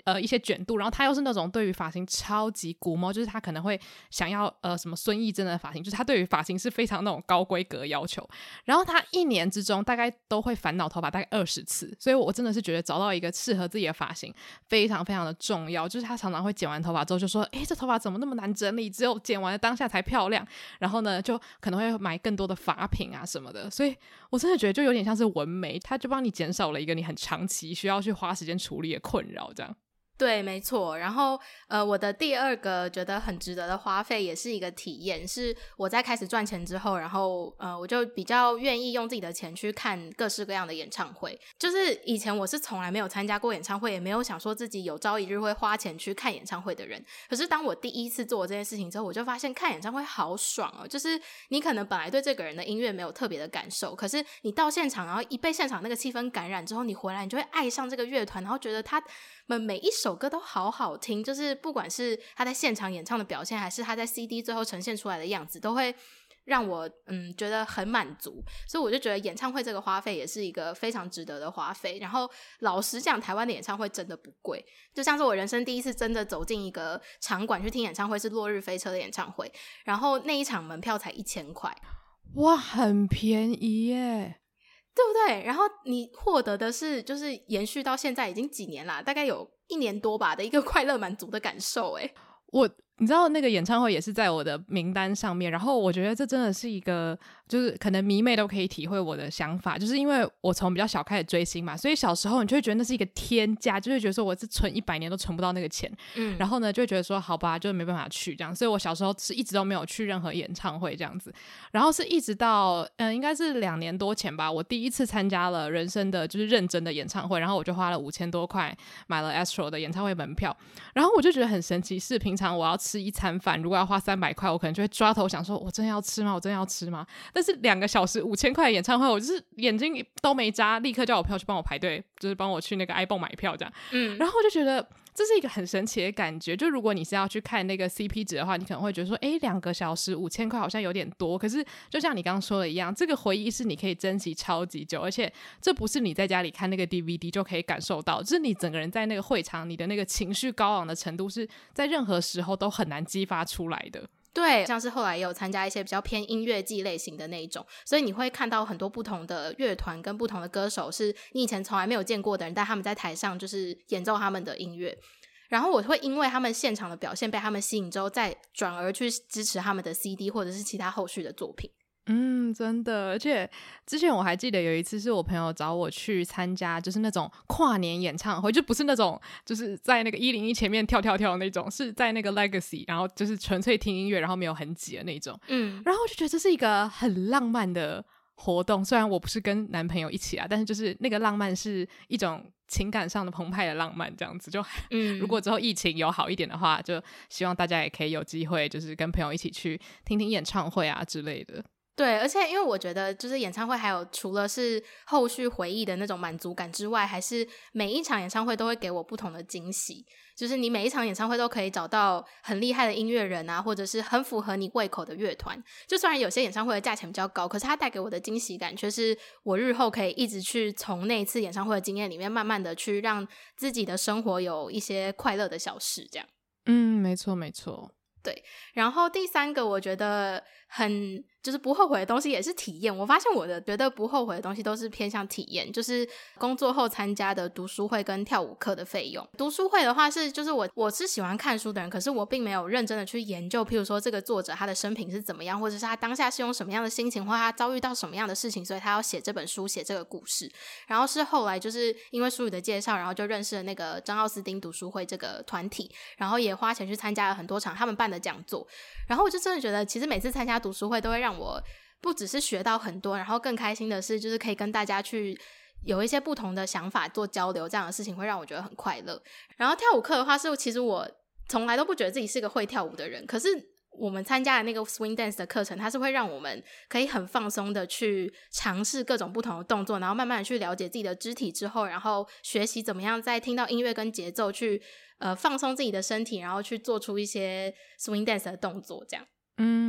呃一些卷度，然后他又是那种对于发型超级古猫，就是他可能会想要呃什么孙艺珍的发型，就是他对于发型是非常那种高规格要求，然后他一年之中大概都会烦恼头发大概二十次，所以我真的是觉得找到一个适合自己的发型非常非常的重要，就是他常常会剪完头发之后就说诶这头发怎么那么难整理，只有剪完的当下才漂亮，然后呢就可能会买更多的发品啊什么的，所以我真的觉得就有点像是纹眉，他就帮你减少了一个你很长期需要去花时间处理的困扰这样。 对，没错。然后呃，我的第二个觉得很值得的花费也是一个体验，是我在开始赚钱之后，然后呃，我就比较愿意用自己的钱去看各式各样的演唱会。就是以前我是从来没有参加过演唱会，也没有想说自己有朝一日会花钱去看演唱会的人。可是当我第一次做这件事情之后，我就发现看演唱会好爽哦！就是你可能本来对这个人的音乐没有特别的感受，可是你到现场，然后一被现场那个气氛感染之后，你回来你就会爱上这个乐团，然后觉得他们每一首歌都好好听，就是不管是他在现场演唱的表现，还是他在 C D 最后呈现出来的样子，都会让我嗯觉得很满足。所以我就觉得演唱会这个花费也是一个非常值得的花费。然后老实讲，台湾的演唱会真的不贵，就像是我人生第一次真的走进一个场馆去听演唱会是落日飞车的演唱会，然后那一场门票才一千块， 哇，很便宜耶， 对不对？然后你获得的是就是延续到现在已经几年啦，大概有一年多吧的一个快乐满足的感受诶。 我你知道那个演唱会也是在我的名单上面，然后我觉得这真的是一个就是可能迷妹都可以体会我的想法，就是因为我从比较小开始追星嘛，所以小时候你就会觉得那是一个天价，就会觉得说我是存一百年都存不到那个钱，嗯，然后呢就会觉得说好吧，就没办法去这样，所以我小时候是一直都没有去任何演唱会这样子，然后是一直到嗯应该是两年多前吧，我第一次参加了人生的就是认真的演唱会，然后我就花了五千多块买了 Astro 的演唱会门票，然后我就觉得很神奇，是平常我要吃一餐饭，如果要花三百块，我可能就会抓头想说，我真的要吃吗？我真的要吃吗？但是两个小时五千块的演唱会，我就是眼睛都没眨，立刻叫我朋友去帮我排队，就是帮我去那个 iPhone 买票这样。嗯，然后我就觉得这是一个很神奇的感觉。就如果你是要去看那个 C P 值的话，你可能会觉得说，哎，两个小时五千块好像有点多。可是就像你刚刚说的一样，这个回忆是你可以珍惜超级久，而且这不是你在家里看那个 D V D 就可以感受到，就是你整个人在那个会场，你的那个情绪高昂的程度是在任何时候都很难激发出来的。 对，像是后来也有参加一些比较偏音乐季类型的那一种，所以你会看到很多不同的乐团跟不同的歌手是你以前从来没有见过的人，但他们在台上就是演奏他们的音乐，然后我会因为他们现场的表现被他们吸引之后，再转而去支持他们的 C D 或者是其他后续的作品。 嗯，真的，而且之前我还记得有一次是我朋友找我去参加，就是那种跨年演唱会，就不是那种就是在那个一零一前面跳跳跳的那种，是在那个 Legacy， 然后就是纯粹听音乐，然后没有很挤的那种。嗯，然后我就觉得这是一个很浪漫的活动，虽然我不是跟男朋友一起啊，但是就是那个浪漫是一种情感上的澎湃的浪漫，这样子就，嗯，如果之后疫情有好一点的话，就希望大家也可以有机会，就是跟朋友一起去听听演唱会啊之类的。 对，而且因为我觉得就是演唱会还有除了是后续回忆的那种满足感之外，还是每一场演唱会都会给我不同的惊喜，就是你每一场演唱会都可以找到很厉害的音乐人啊，或者是很符合你胃口的乐团，就虽然有些演唱会的价钱比较高，可是它带给我的惊喜感却是我日后可以一直去从那一次演唱会的经验里面慢慢的去让自己的生活有一些快乐的小事这样。 嗯，没错没错。 对，然后第三个我觉得很就是不后悔的东西也是体验，我发现我的觉得不后悔的东西都是偏向体验，就是工作后参加的读书会跟跳舞课的费用。读书会的话是就是我我是喜欢看书的人，可是我并没有认真的去研究，譬如说这个作者他的生平是怎么样，或者是他当下是用什么样的心情，或他遭遇到什么样的事情，所以他要写这本书写这个故事。然后是后来就是因为书里的介绍，然后就认识了那个张奥斯汀读书会这个团体，然后也花钱去参加了很多场他们办的讲座，然后我就真的觉得其实每次参加读书会都会让我不只是学到很多，然后更开心的是就是可以跟大家去有一些不同的想法做交流，这样的事情会让我觉得很快乐。然后跳舞课的话是其实我从来都不觉得自己是个会跳舞的人，可是我们参加的那个 swing dance 的课程，它是会让我们可以很放松的去尝试各种不同的动作，然后慢慢的去了解自己的肢体之后，然后学习怎么样在听到音乐跟节奏去呃放松自己的身体，然后去做出一些 swing dance 的动作这样。 嗯，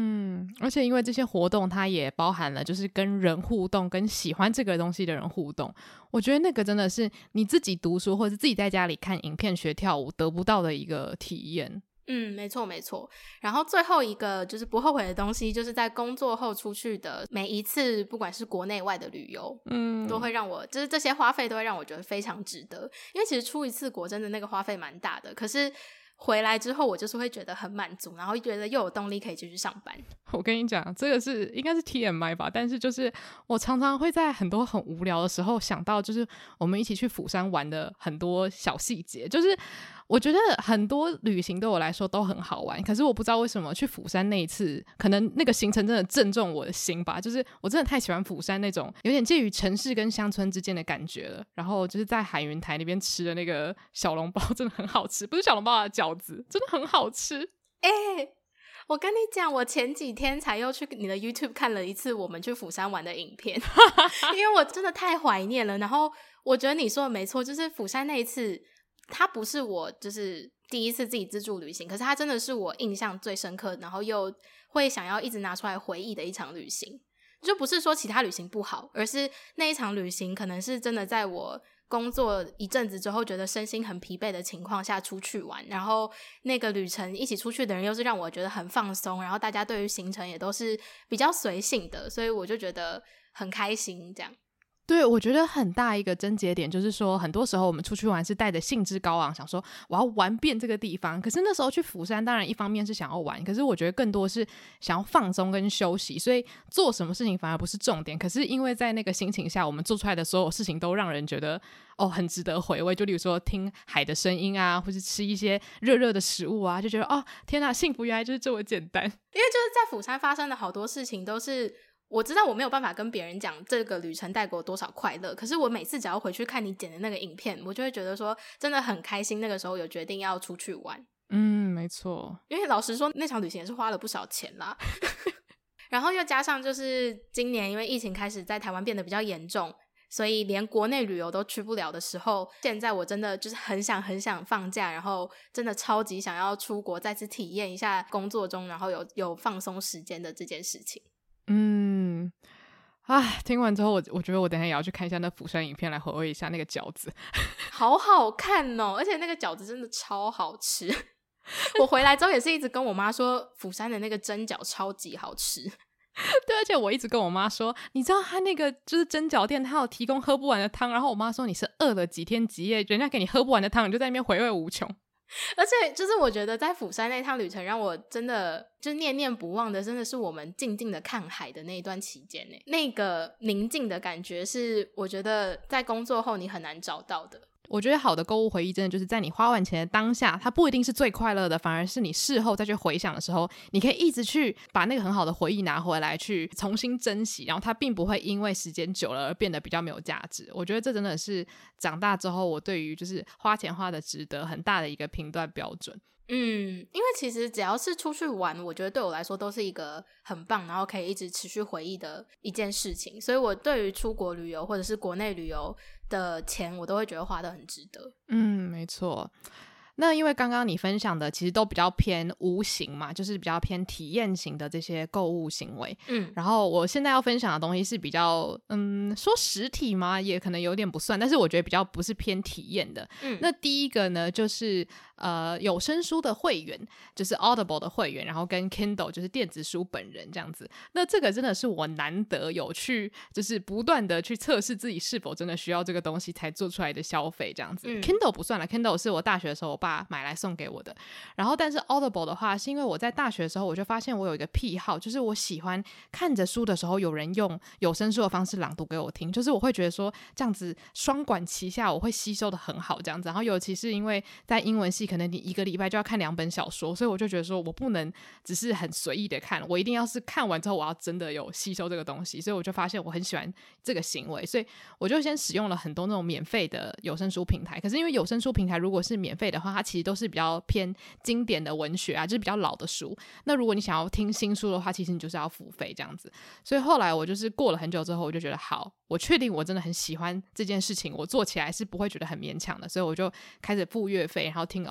而且因为这些活动它也包含了就是跟人互动，跟喜欢这个东西的人互动，我觉得那个真的是你自己读书或者自己在家里看影片学跳舞得不到的一个体验。 嗯，没错没错。然后最后一个就是不后悔的东西，就是在工作后出去的每一次不管是国内外的旅游，嗯，都会让我就是这些花费都会让我觉得非常值得。因为其实出一次国真的那个花费蛮大的，可是回来之后我就是会觉得很满足，然后觉得又有动力可以继续上班。 我跟你讲，这个是应该是 T M I 吧，但是就是我常常会在很多很无聊的时候想到就是我们一起去釜山玩的很多小细节，就是我觉得很多旅行对我来说都很好玩，可是我不知道为什么去釜山那一次可能那个行程真的正中我的心吧，就是我真的太喜欢釜山那种有点介于城市跟乡村之间的感觉了。然后就是在海云台那边吃的那个小笼包真的很好吃，不是小笼包啊，饺子真的很好吃。 哎、欸我跟你讲，我前几天才又去你的 YouTube 看了一次我们去釜山玩的影片因为我真的太怀念了。然后我觉得你说的没错，就是釜山那一次它不是我就是第一次自己自助旅行，可是它真的是我印象最深刻，然后又会想要一直拿出来回忆的一场旅行。就不是说其他旅行不好，而是那一场旅行可能是真的在我工作一阵子之后觉得身心很疲惫的情况下出去玩，然后那个旅程一起出去的人又是让我觉得很放松，然后大家对于行程也都是比较随性的，所以我就觉得很开心这样。 对，我觉得很大一个症结点就是说很多时候我们出去玩是带着兴致高昂，想说我要玩遍这个地方，可是那时候去釜山当然一方面是想要玩，可是我觉得更多是想要放松跟休息，所以做什么事情反而不是重点，可是因为在那个心情下我们做出来的所有事情都让人觉得哦很值得回味，就例如说听海的声音啊，或是吃一些热热的食物啊，就觉得哦天哪，幸福原来就是这么简单。因为就是在釜山发生的好多事情都是我知道我没有办法跟别人讲这个旅程带给我多少快乐，可是我每次只要回去看你剪的那个影片，我就会觉得说真的很开心，那个时候有决定要出去玩。 嗯，没错， 因为老实说那场旅行也是花了不少钱啦然后又加上就是今年因为疫情开始在台湾变得比较严重，所以连国内旅游都去不了的时候，现在我真的就是很想很想放假，然后真的超级想要出国再次体验一下工作中然后有有放松时间的这件事情。 嗯，唉，听完之后我我觉得我等一下也要去看一下那釜山影片来回味一下那个饺子好好看哦，而且那个饺子真的超好吃我回来之后也是一直跟我妈说釜山的那个蒸饺超级好吃对，而且我一直跟我妈说你知道他那个就是蒸饺店他有提供喝不完的汤，然后我妈说你是饿了几天几夜人家给你喝不完的汤你就在那边回味无穷。 而且就是我觉得在釜山那趟旅程让我真的就念念不忘的真的是我们静静的看海的那一段期间耶，那个宁静的感觉是我觉得在工作后你很难找到的。 我觉得好的购物回忆真的就是在你花完钱的当下它不一定是最快乐的，反而是你事后再去回想的时候你可以一直去把那个很好的回忆拿回来去重新珍惜，然后它并不会因为时间久了而变得比较没有价值。我觉得这真的是长大之后我对于就是花钱花的值得很大的一个评断标准。 嗯，因为其实只要是出去玩我觉得对我来说都是一个很棒然后可以一直持续回忆的一件事情，所以我对于出国旅游或者是国内旅游的钱我都会觉得花得很值得。 嗯，没错。那因为刚刚你分享的其实都比较偏无形嘛，就是比较偏体验型的这些购物行为，嗯，然后我现在要分享的东西是比较嗯，说实体吗也可能有点不算，但是我觉得比较不是偏体验的。嗯，那第一个呢就是呃有声书的会员，就是 Audible 的会员，然后跟 Kindle 就是电子书本人这样子。那这个真的是我难得有去就是不断的去测试自己是否真的需要这个东西才做出来的消费这样子。嗯、Kindle 不算了， Kindle 是我大学的时候我爸买来送给我的。然后但是 Audible 的话是因为我在大学的时候我就发现我有一个癖好，就是我喜欢看着书的时候有人用有声书的方式朗读给我听，就是我会觉得说这样子双管齐下我会吸收的很好这样子。然后尤其是因为在英文系可能你一个礼拜就要看两本小说，所以我就觉得说我不能只是很随意的看，我一定要是看完之后我要真的有吸收这个东西，所以我就发现我很喜欢这个行为，所以我就先使用了很多那种免费的有声书平台。可是因为有声书平台如果是免费的话它其实都是比较偏经典的文学啊，就是比较老的书，那如果你想要听新书的话其实你就是要付费这样子。所以后来我就是过了很久之后我就觉得好，我确定我真的很喜欢这件事情，我做起来是不会觉得很勉强的，所以我就开始付月费然后听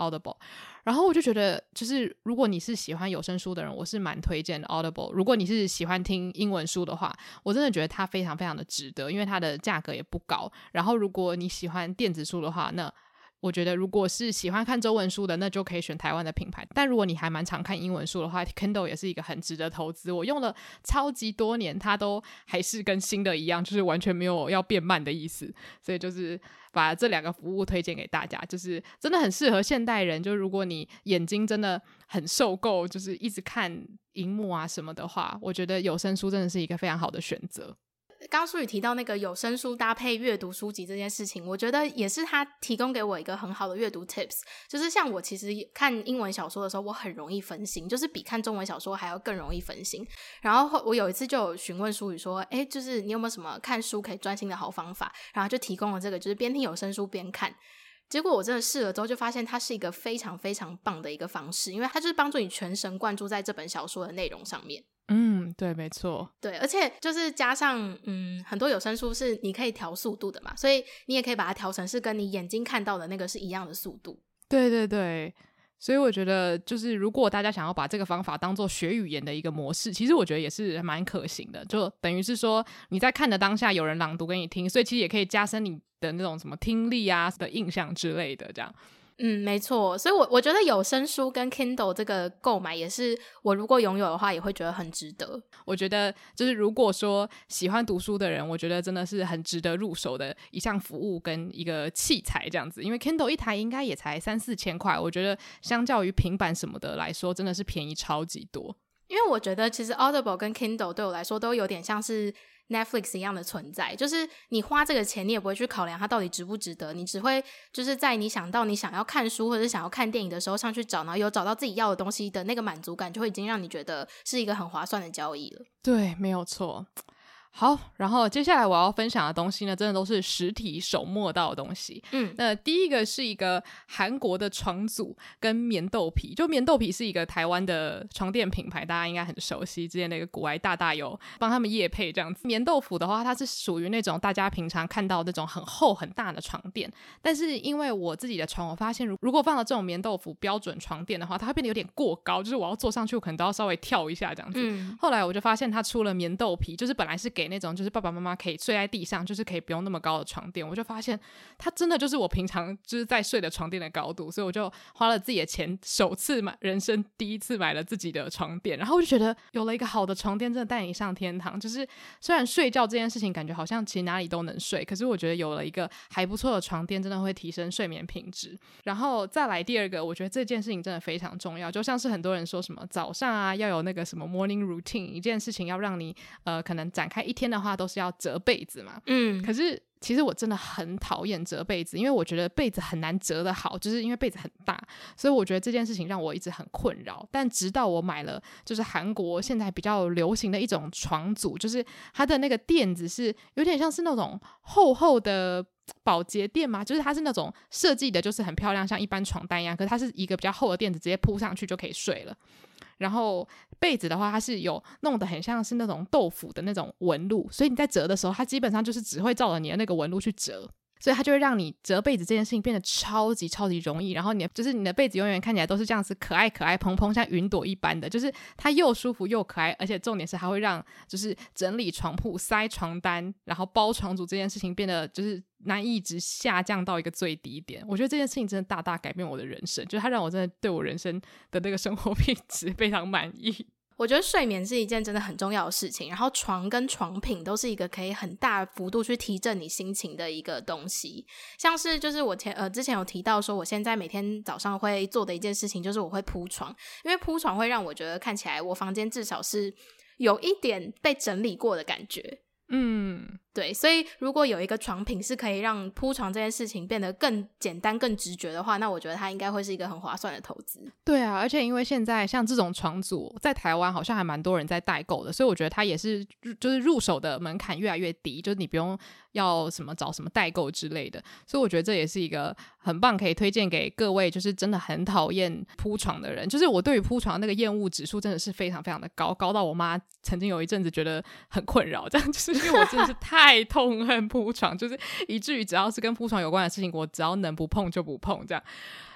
Audible， 然后我就觉得就是如果你是喜欢有声书的人，我是蛮推荐 Audible。 如果你是喜欢听英文书的话，我真的觉得它非常非常的值得，因为它的价格也不高。然后如果你喜欢电子书的话，那我觉得如果是喜欢看中文书的，那就可以选台湾的品牌。但如果你还蛮常看英文书的话， Kindle 也是一个很值得投资。我用了超级多年，它都还是跟新的一样，就是完全没有要变慢的意思。所以就是把这两个服务推荐给大家，就是真的很适合现代人。就如果你眼睛真的很受够，就是一直看荧幕啊什么的话，我觉得有声书真的是一个非常好的选择。 刚刚淑宇提到那个有声书搭配阅读书籍这件事情，我觉得也是他提供给我一个很好的阅读 tips。 就是像我其实看英文小说的时候，我很容易分心，就是比看中文小说还要更容易分心。然后我有一次就有询问淑宇说，诶，就是你有没有什么看书可以专心的好方法，然后就提供了这个，就是边听有声书边看。结果我真的试了之后就发现它是一个非常非常棒的一个方式，因为它就是帮助你全神贯注在这本小说的内容上面。 嗯，对，没错。 对，而且就是加上嗯，很多有声书是你可以调速度的嘛，所以你也可以把它调成是跟你眼睛看到的那个是一样的速度。 对对对，所以我觉得就是如果大家想要把这个方法当做学语言的一个模式，其实我觉得也是蛮可行的。就等于是说你在看的当下有人朗读给你听，所以其实也可以加深你的那种什么听力啊的印象之类的这样。 嗯，没错。所以我我觉得有声书跟 Kindle 这个购买也是我如果拥有的话也会觉得很值得。 我觉得就是如果说喜欢读书的人，我觉得真的是很值得入手的一项服务跟一个器材这样子。因为 Kindle 一台应该也才三四千块，我觉得相较于平板什么的来说真的是便宜超级多。 因为我觉得其实 Audible 跟 Kindle 对我来说都有点像是Netflix 一样的存在，就是你花这个钱你也不会去考量它到底值不值得，你只会就是在你想到你想要看书或者是想要看电影的时候上去找，然后有找到自己要的东西的那个满足感，就会已经让你觉得是一个很划算的交易了。 对，没有错。好，然后接下来我要分享的东西呢，真的都是实体手摸到的东西。嗯，那第一个是一个韩国的床组跟棉豆皮。就棉豆皮是一个台湾的床垫品牌，大家应该很熟悉，之前那个古埃大大有帮他们业配这样子。棉豆腐的话，它是属于那种大家平常看到那种很厚很大的床垫，但是因为我自己的床，我发现如果放了这种棉豆腐标准床垫的话，它会变得有点过高，就是我要坐上去我可能都要稍微跳一下这样子。嗯，后来我就发现它出了棉豆皮，就是本来是给那种就是爸爸妈妈可以睡在地上，就是可以不用那么高的床垫，我就发现它真的就是我平常就是在睡的床垫的高度，所以我就花了自己的钱，首次买人生第一次买了自己的床垫。然后我就觉得有了一个好的床垫真的带你上天堂。就是虽然睡觉这件事情感觉好像其实哪里都能睡，可是我觉得有了一个还不错的床垫真的会提升睡眠品质。然后再来第二个，我觉得这件事情真的非常重要，就像是很多人说什么早上啊要有那个什么 morning routine， 一件事情要让你呃可能展开一天的话都是要折被子嘛。嗯，可是其实我真的很讨厌折被子，因为我觉得被子很难折得好，就是因为被子很大，所以我觉得这件事情让我一直很困扰。但直到我买了就是韩国现在比较流行的一种床组，就是它的那个垫子是有点像是那种厚厚的保洁垫嘛，就是它是那种设计的就是很漂亮像一般床单一样，可是它是一个比较厚的垫子，直接铺上去就可以睡了。然后被子的话它是有弄得很像是那种豆腐的那种纹路，所以你在折的时候它基本上就是只会照着你的那个纹路去折，所以它就会让你折被子这件事情变得超级超级容易。然后你的就是你的被子永远看起来都是这样子可爱可爱蓬蓬像云朵一般的，就是它又舒服又可爱，而且重点是它会让就是整理床铺塞床单然后包床组这件事情变得就是难以一直下降到一个最低点。我觉得这件事情真的大大改变我的人生，就是它让我真的对我人生的那个生活品质非常满意。 我觉得睡眠是一件真的很重要的事情，然后床跟床品都是一个可以很大幅度去提振你心情的一个东西。像是就是我前呃之前有提到说我现在每天早上会做的一件事情就是我会铺床，因为铺床会让我觉得看起来我房间至少是有一点被整理过的感觉。嗯，对，所以如果有一个床品是可以让铺床这件事情变得更简单更直觉的话，那我觉得它应该会是一个很划算的投资。 对啊，而且因为现在像这种床组在台湾好像还蛮多人在代购的，所以我觉得它也是就是入手的门槛越来越低，就是你不用要什么找什么代购之类的，所以我觉得这也是一个很棒可以推荐给各位就是真的很讨厌铺床的人。就是我对于铺床的那个厌恶指数真的是非常非常的高，高到我妈曾经有一阵子觉得很困扰，这样就是因为我真的是太痛恨铺床，就是以至于只要是跟铺床有关的事情我只要能不碰就不碰这样。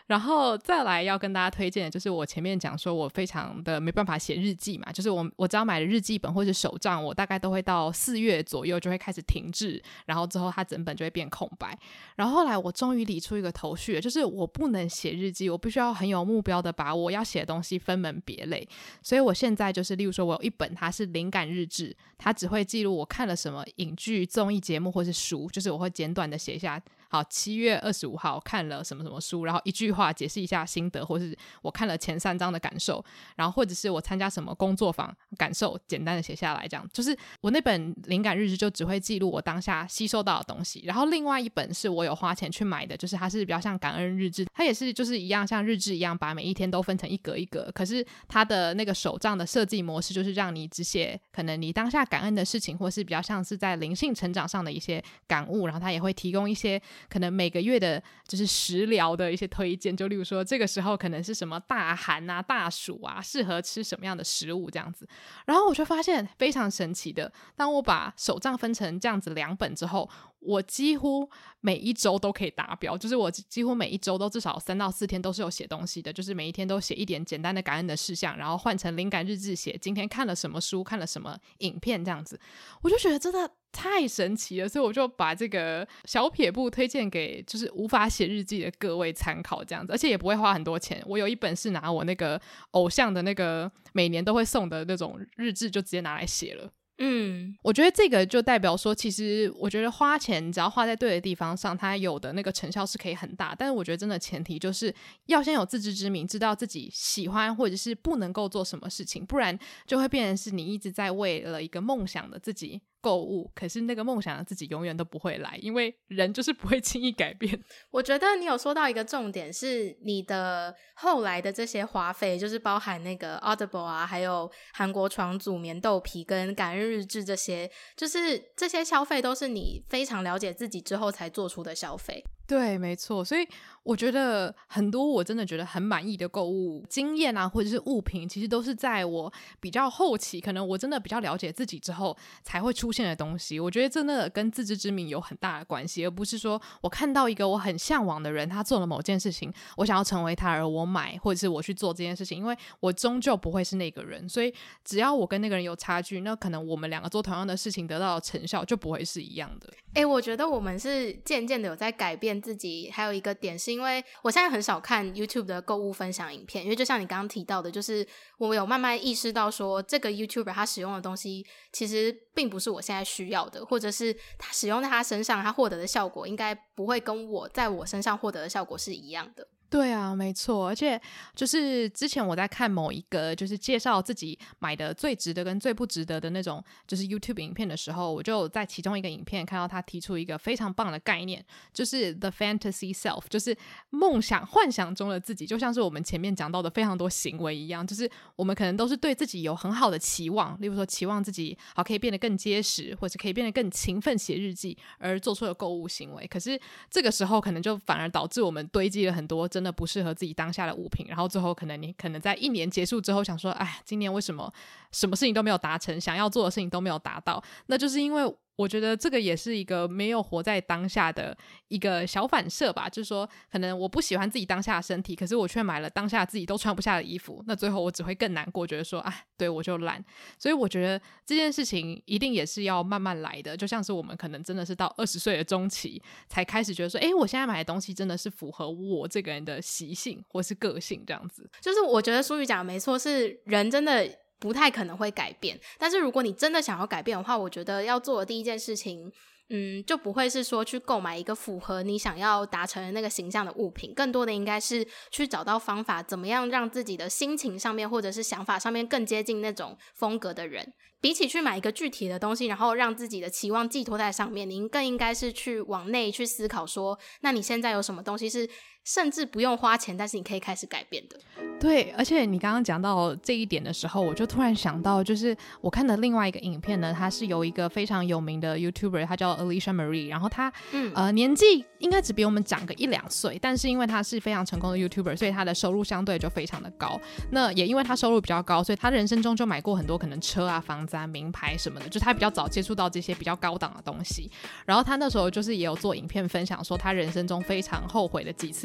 然后再来要跟大家推荐的就是我前面讲说我非常的没办法写日记嘛，就是我我只要买了日记本或是手账，我大概都会到四月左右就会开始停滞，然后之后它整本就会变空白。然后后来我终于理出一个头绪了，就是我不能写日记，我必须要很有目标的把我要写的东西分门别类。所以我现在就是例如说我有一本它是灵感日志，它只会记录我看了什么影剧、综艺节目或是书，就是我会简短的写一下，好，七月二十五号看了什么什么书，然后一句话解释一下心得，或是我看了前三章的感受，然后或者是我参加什么工作坊感受，简单的写下来。这样就是我那本灵感日志就只会记录我当下吸收到的东西。然后另外一本是我有花钱去买的，就是它是比较像感恩日志，它也是就是一样像日志一样把每一天都分成一格一格，可是它的那个手账的设计模式就是让你只写可能你当下感恩的事情，或是比较像是在灵性成长上的一些感悟，然后它也会提供一些可能每个月的就是食疗的一些推荐，就例如说这个时候可能是什么大寒啊大暑啊适合吃什么样的食物这样子。然后我就发现非常神奇的，当我把手账分成这样子两本之后，我几乎每一周都可以达标，就是我几乎每一周都至少三到四天都是有写东西的，就是每一天都写一点简单的感恩的事项，然后换成灵感日志写今天看了什么书看了什么影片这样子。我就觉得真的太神奇了，所以我就把这个小撇步推荐给就是无法写日记的各位参考这样子，而且也不会花很多钱。我有一本是拿我那个偶像的那个每年都会送的那种日志，就直接拿来写了。嗯，我觉得这个就代表说其实我觉得花钱只要花在对的地方上，它有的那个成效是可以很大，但是我觉得真的前提就是要先有自知之明，知道自己喜欢或者是不能够做什么事情，不然就会变成是你一直在为了一个梦想的自己购物，可是那个梦想的自己永远都不会来，因为人就是不会轻易改变。 我觉得你有说到一个重点，是你的后来的这些花费，就是包含那个 Audible 啊，还有韩国床组棉豆皮跟感恩日志，这些就是这些消费都是你非常了解自己之后才做出的消费。 对，没错，所以我觉得很多我真的觉得很满意的购物经验啊，或者是物品，其实都是在我比较后期，可能我真的比较了解自己之后才会出现的东西。我觉得真的跟自知之明有很大的关系，而不是说我看到一个我很向往的人，他做了某件事情，我想要成为他而我买，或者是我去做这件事情，因为我终究不会是那个人，所以只要我跟那个人有差距，那可能我们两个做同样的事情得到的成效就不会是一样的。 欸，我觉得我们是渐渐的有在改变自己，还有一个点是因为我现在很少看 YouTube 的购物分享影片，因为就像你刚刚提到的，就是我有慢慢意识到说这个 YouTuber 他使用的东西其实并不是我现在需要的，或者是他使用在他身上他获得的效果应该不会跟我在我身上获得的效果是一样的。 对啊，没错，而且就是之前我在看某一个就是介绍自己买的最值得跟最不值得的那种就是 YouTube 影片的时候，我就在其中一个影片看到他提出一个非常棒的概念，就是 The Fantasy Self， 就是梦想幻想中的自己，就像是我们前面讲到的非常多行为一样，就是我们可能都是对自己有很好的期望，例如说期望自己好可以变得更结实，或者可以变得更勤奋写日记而做出的购物行为，可是这个时候可能就反而导致我们堆积了很多真的不适合自己当下的物品，然后最后可能你可能在一年结束之后想说，哎，今年为什么什么事情都没有达成，想要做的事情都没有达到，那就是因为我觉得这个也是一个没有活在当下的一个小反射吧，就是说可能我不喜欢自己当下的身体，可是我却买了当下自己都穿不下的衣服，那最后我只会更难过，觉得说哎，对我就懒。所以我觉得这件事情一定也是要慢慢来的，就像是我们可能真的是到二十岁的中期才开始觉得说，哎，我现在买的东西真的是符合我这个人的习性或是个性这样子。 就是我觉得淑宇讲的没错，是人真的不太可能会改变，但是如果你真的想要改变的话，我觉得要做的第一件事情嗯，就不会是说去购买一个符合你想要达成的那个形象的物品，更多的应该是去找到方法，怎么样让自己的心情上面或者是想法上面更接近那种风格的人。比起去买一个具体的东西，然后让自己的期望寄托在上面，你更应该是去往内去思考说，那你现在有什么东西是甚至不用花钱，但是你可以开始改变的。 对，而且你刚刚讲到这一点的时候，我就突然想到，就是我看的另外一个影片呢，它是由一个非常有名的 YouTuber， 他叫 Alicia Marie， 然后他、嗯、呃年纪应该只比我们长个一两岁，但是因为他是非常成功的 YouTuber， 所以他的收入相对就非常的高。那也因为他收入比较高，所以他人生中就买过很多可能车啊、房子啊、名牌什么的，就是他比较早接触到这些比较高档的东西。然后他那时候就是也有做影片分享说，他人生中非常后悔的几次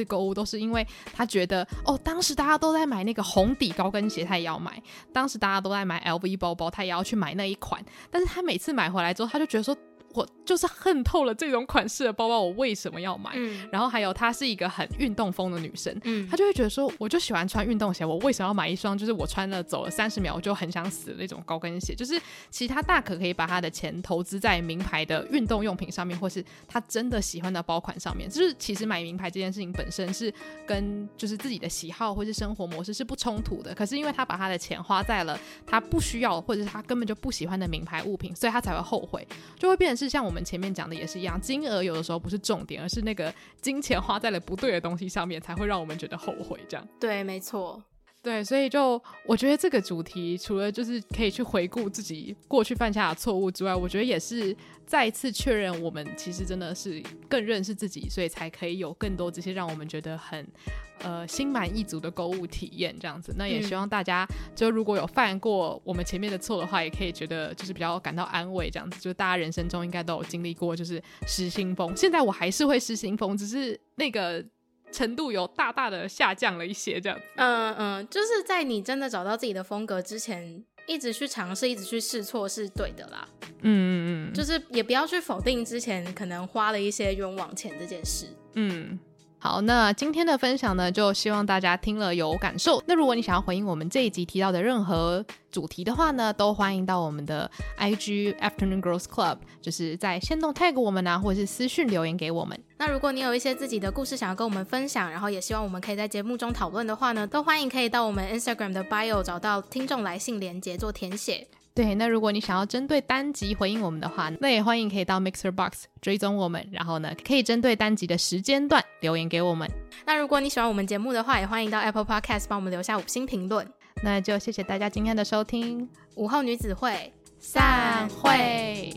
购物都是因为他觉得哦，当时大家都在买那个红底高跟鞋，他也要买，当时大家都在买 L V 包包，他也要去买那一款，但是他每次买回来之后他就觉得说我就是恨透了这种款式的包包，我为什么要买、嗯、然后还有她是一个很运动风的女生、嗯、她就会觉得说我就喜欢穿运动鞋，我为什么要买一双就是我穿了走了三十秒我就很想死的那种高跟鞋，就是其实她大可可以把她的钱投资在名牌的运动用品上面，或是她真的喜欢的包款上面，就是其实买名牌这件事情本身是跟就是自己的喜好或是生活模式是不冲突的，可是因为她把她的钱花在了她不需要或者是她根本就不喜欢的名牌物品，所以她才会后悔，就会变成是像我们前面讲的也是一样，金额有的时候不是重点，而是那个金钱花在了不对的东西上面才会让我们觉得后悔这样。 对，没错。 对，所以就我觉得这个主题除了就是可以去回顾自己过去犯下的错误之外，我觉得也是再一次确认我们其实真的是更认识自己，所以才可以有更多这些让我们觉得很呃心满意足的购物体验这样子。那也希望大家就如果有犯过我们前面的错的话，也可以觉得就是比较感到安慰这样子，就是大家人生中应该都有经历过就是失心疯，现在我还是会失心疯，只是那个程度有大大的下降了一些这样子。 嗯嗯，就是在你真的找到自己的风格之前一直去尝试一直去试错是对的啦。嗯嗯嗯，就是也不要去否定之前可能花了一些冤枉钱这件事。嗯， 好，那今天的分享呢就希望大家听了有感受，那如果你想要回应我们这一集提到的任何主题的话呢，都欢迎到我们的 I G Afternoon Girls Club， 就是在限动 tag 我们啊，或者是私讯留言给我们。 那如果你有一些自己的故事想要跟我们分享，然后也希望我们可以在节目中讨论的话呢，都欢迎可以到我们 Instagram 的 bio 找到听众来信连结做填写。 对，那如果你想要针对单集回应我们的话，那也欢迎可以到 Mixer Box 追踪我们，然后呢可以针对单集的时间段留言给我们。 那如果你喜欢我们节目的话，也欢迎到 Apple Podcast 帮我们留下五星评论。 那就谢谢大家今天的收听， 午后女子会散会。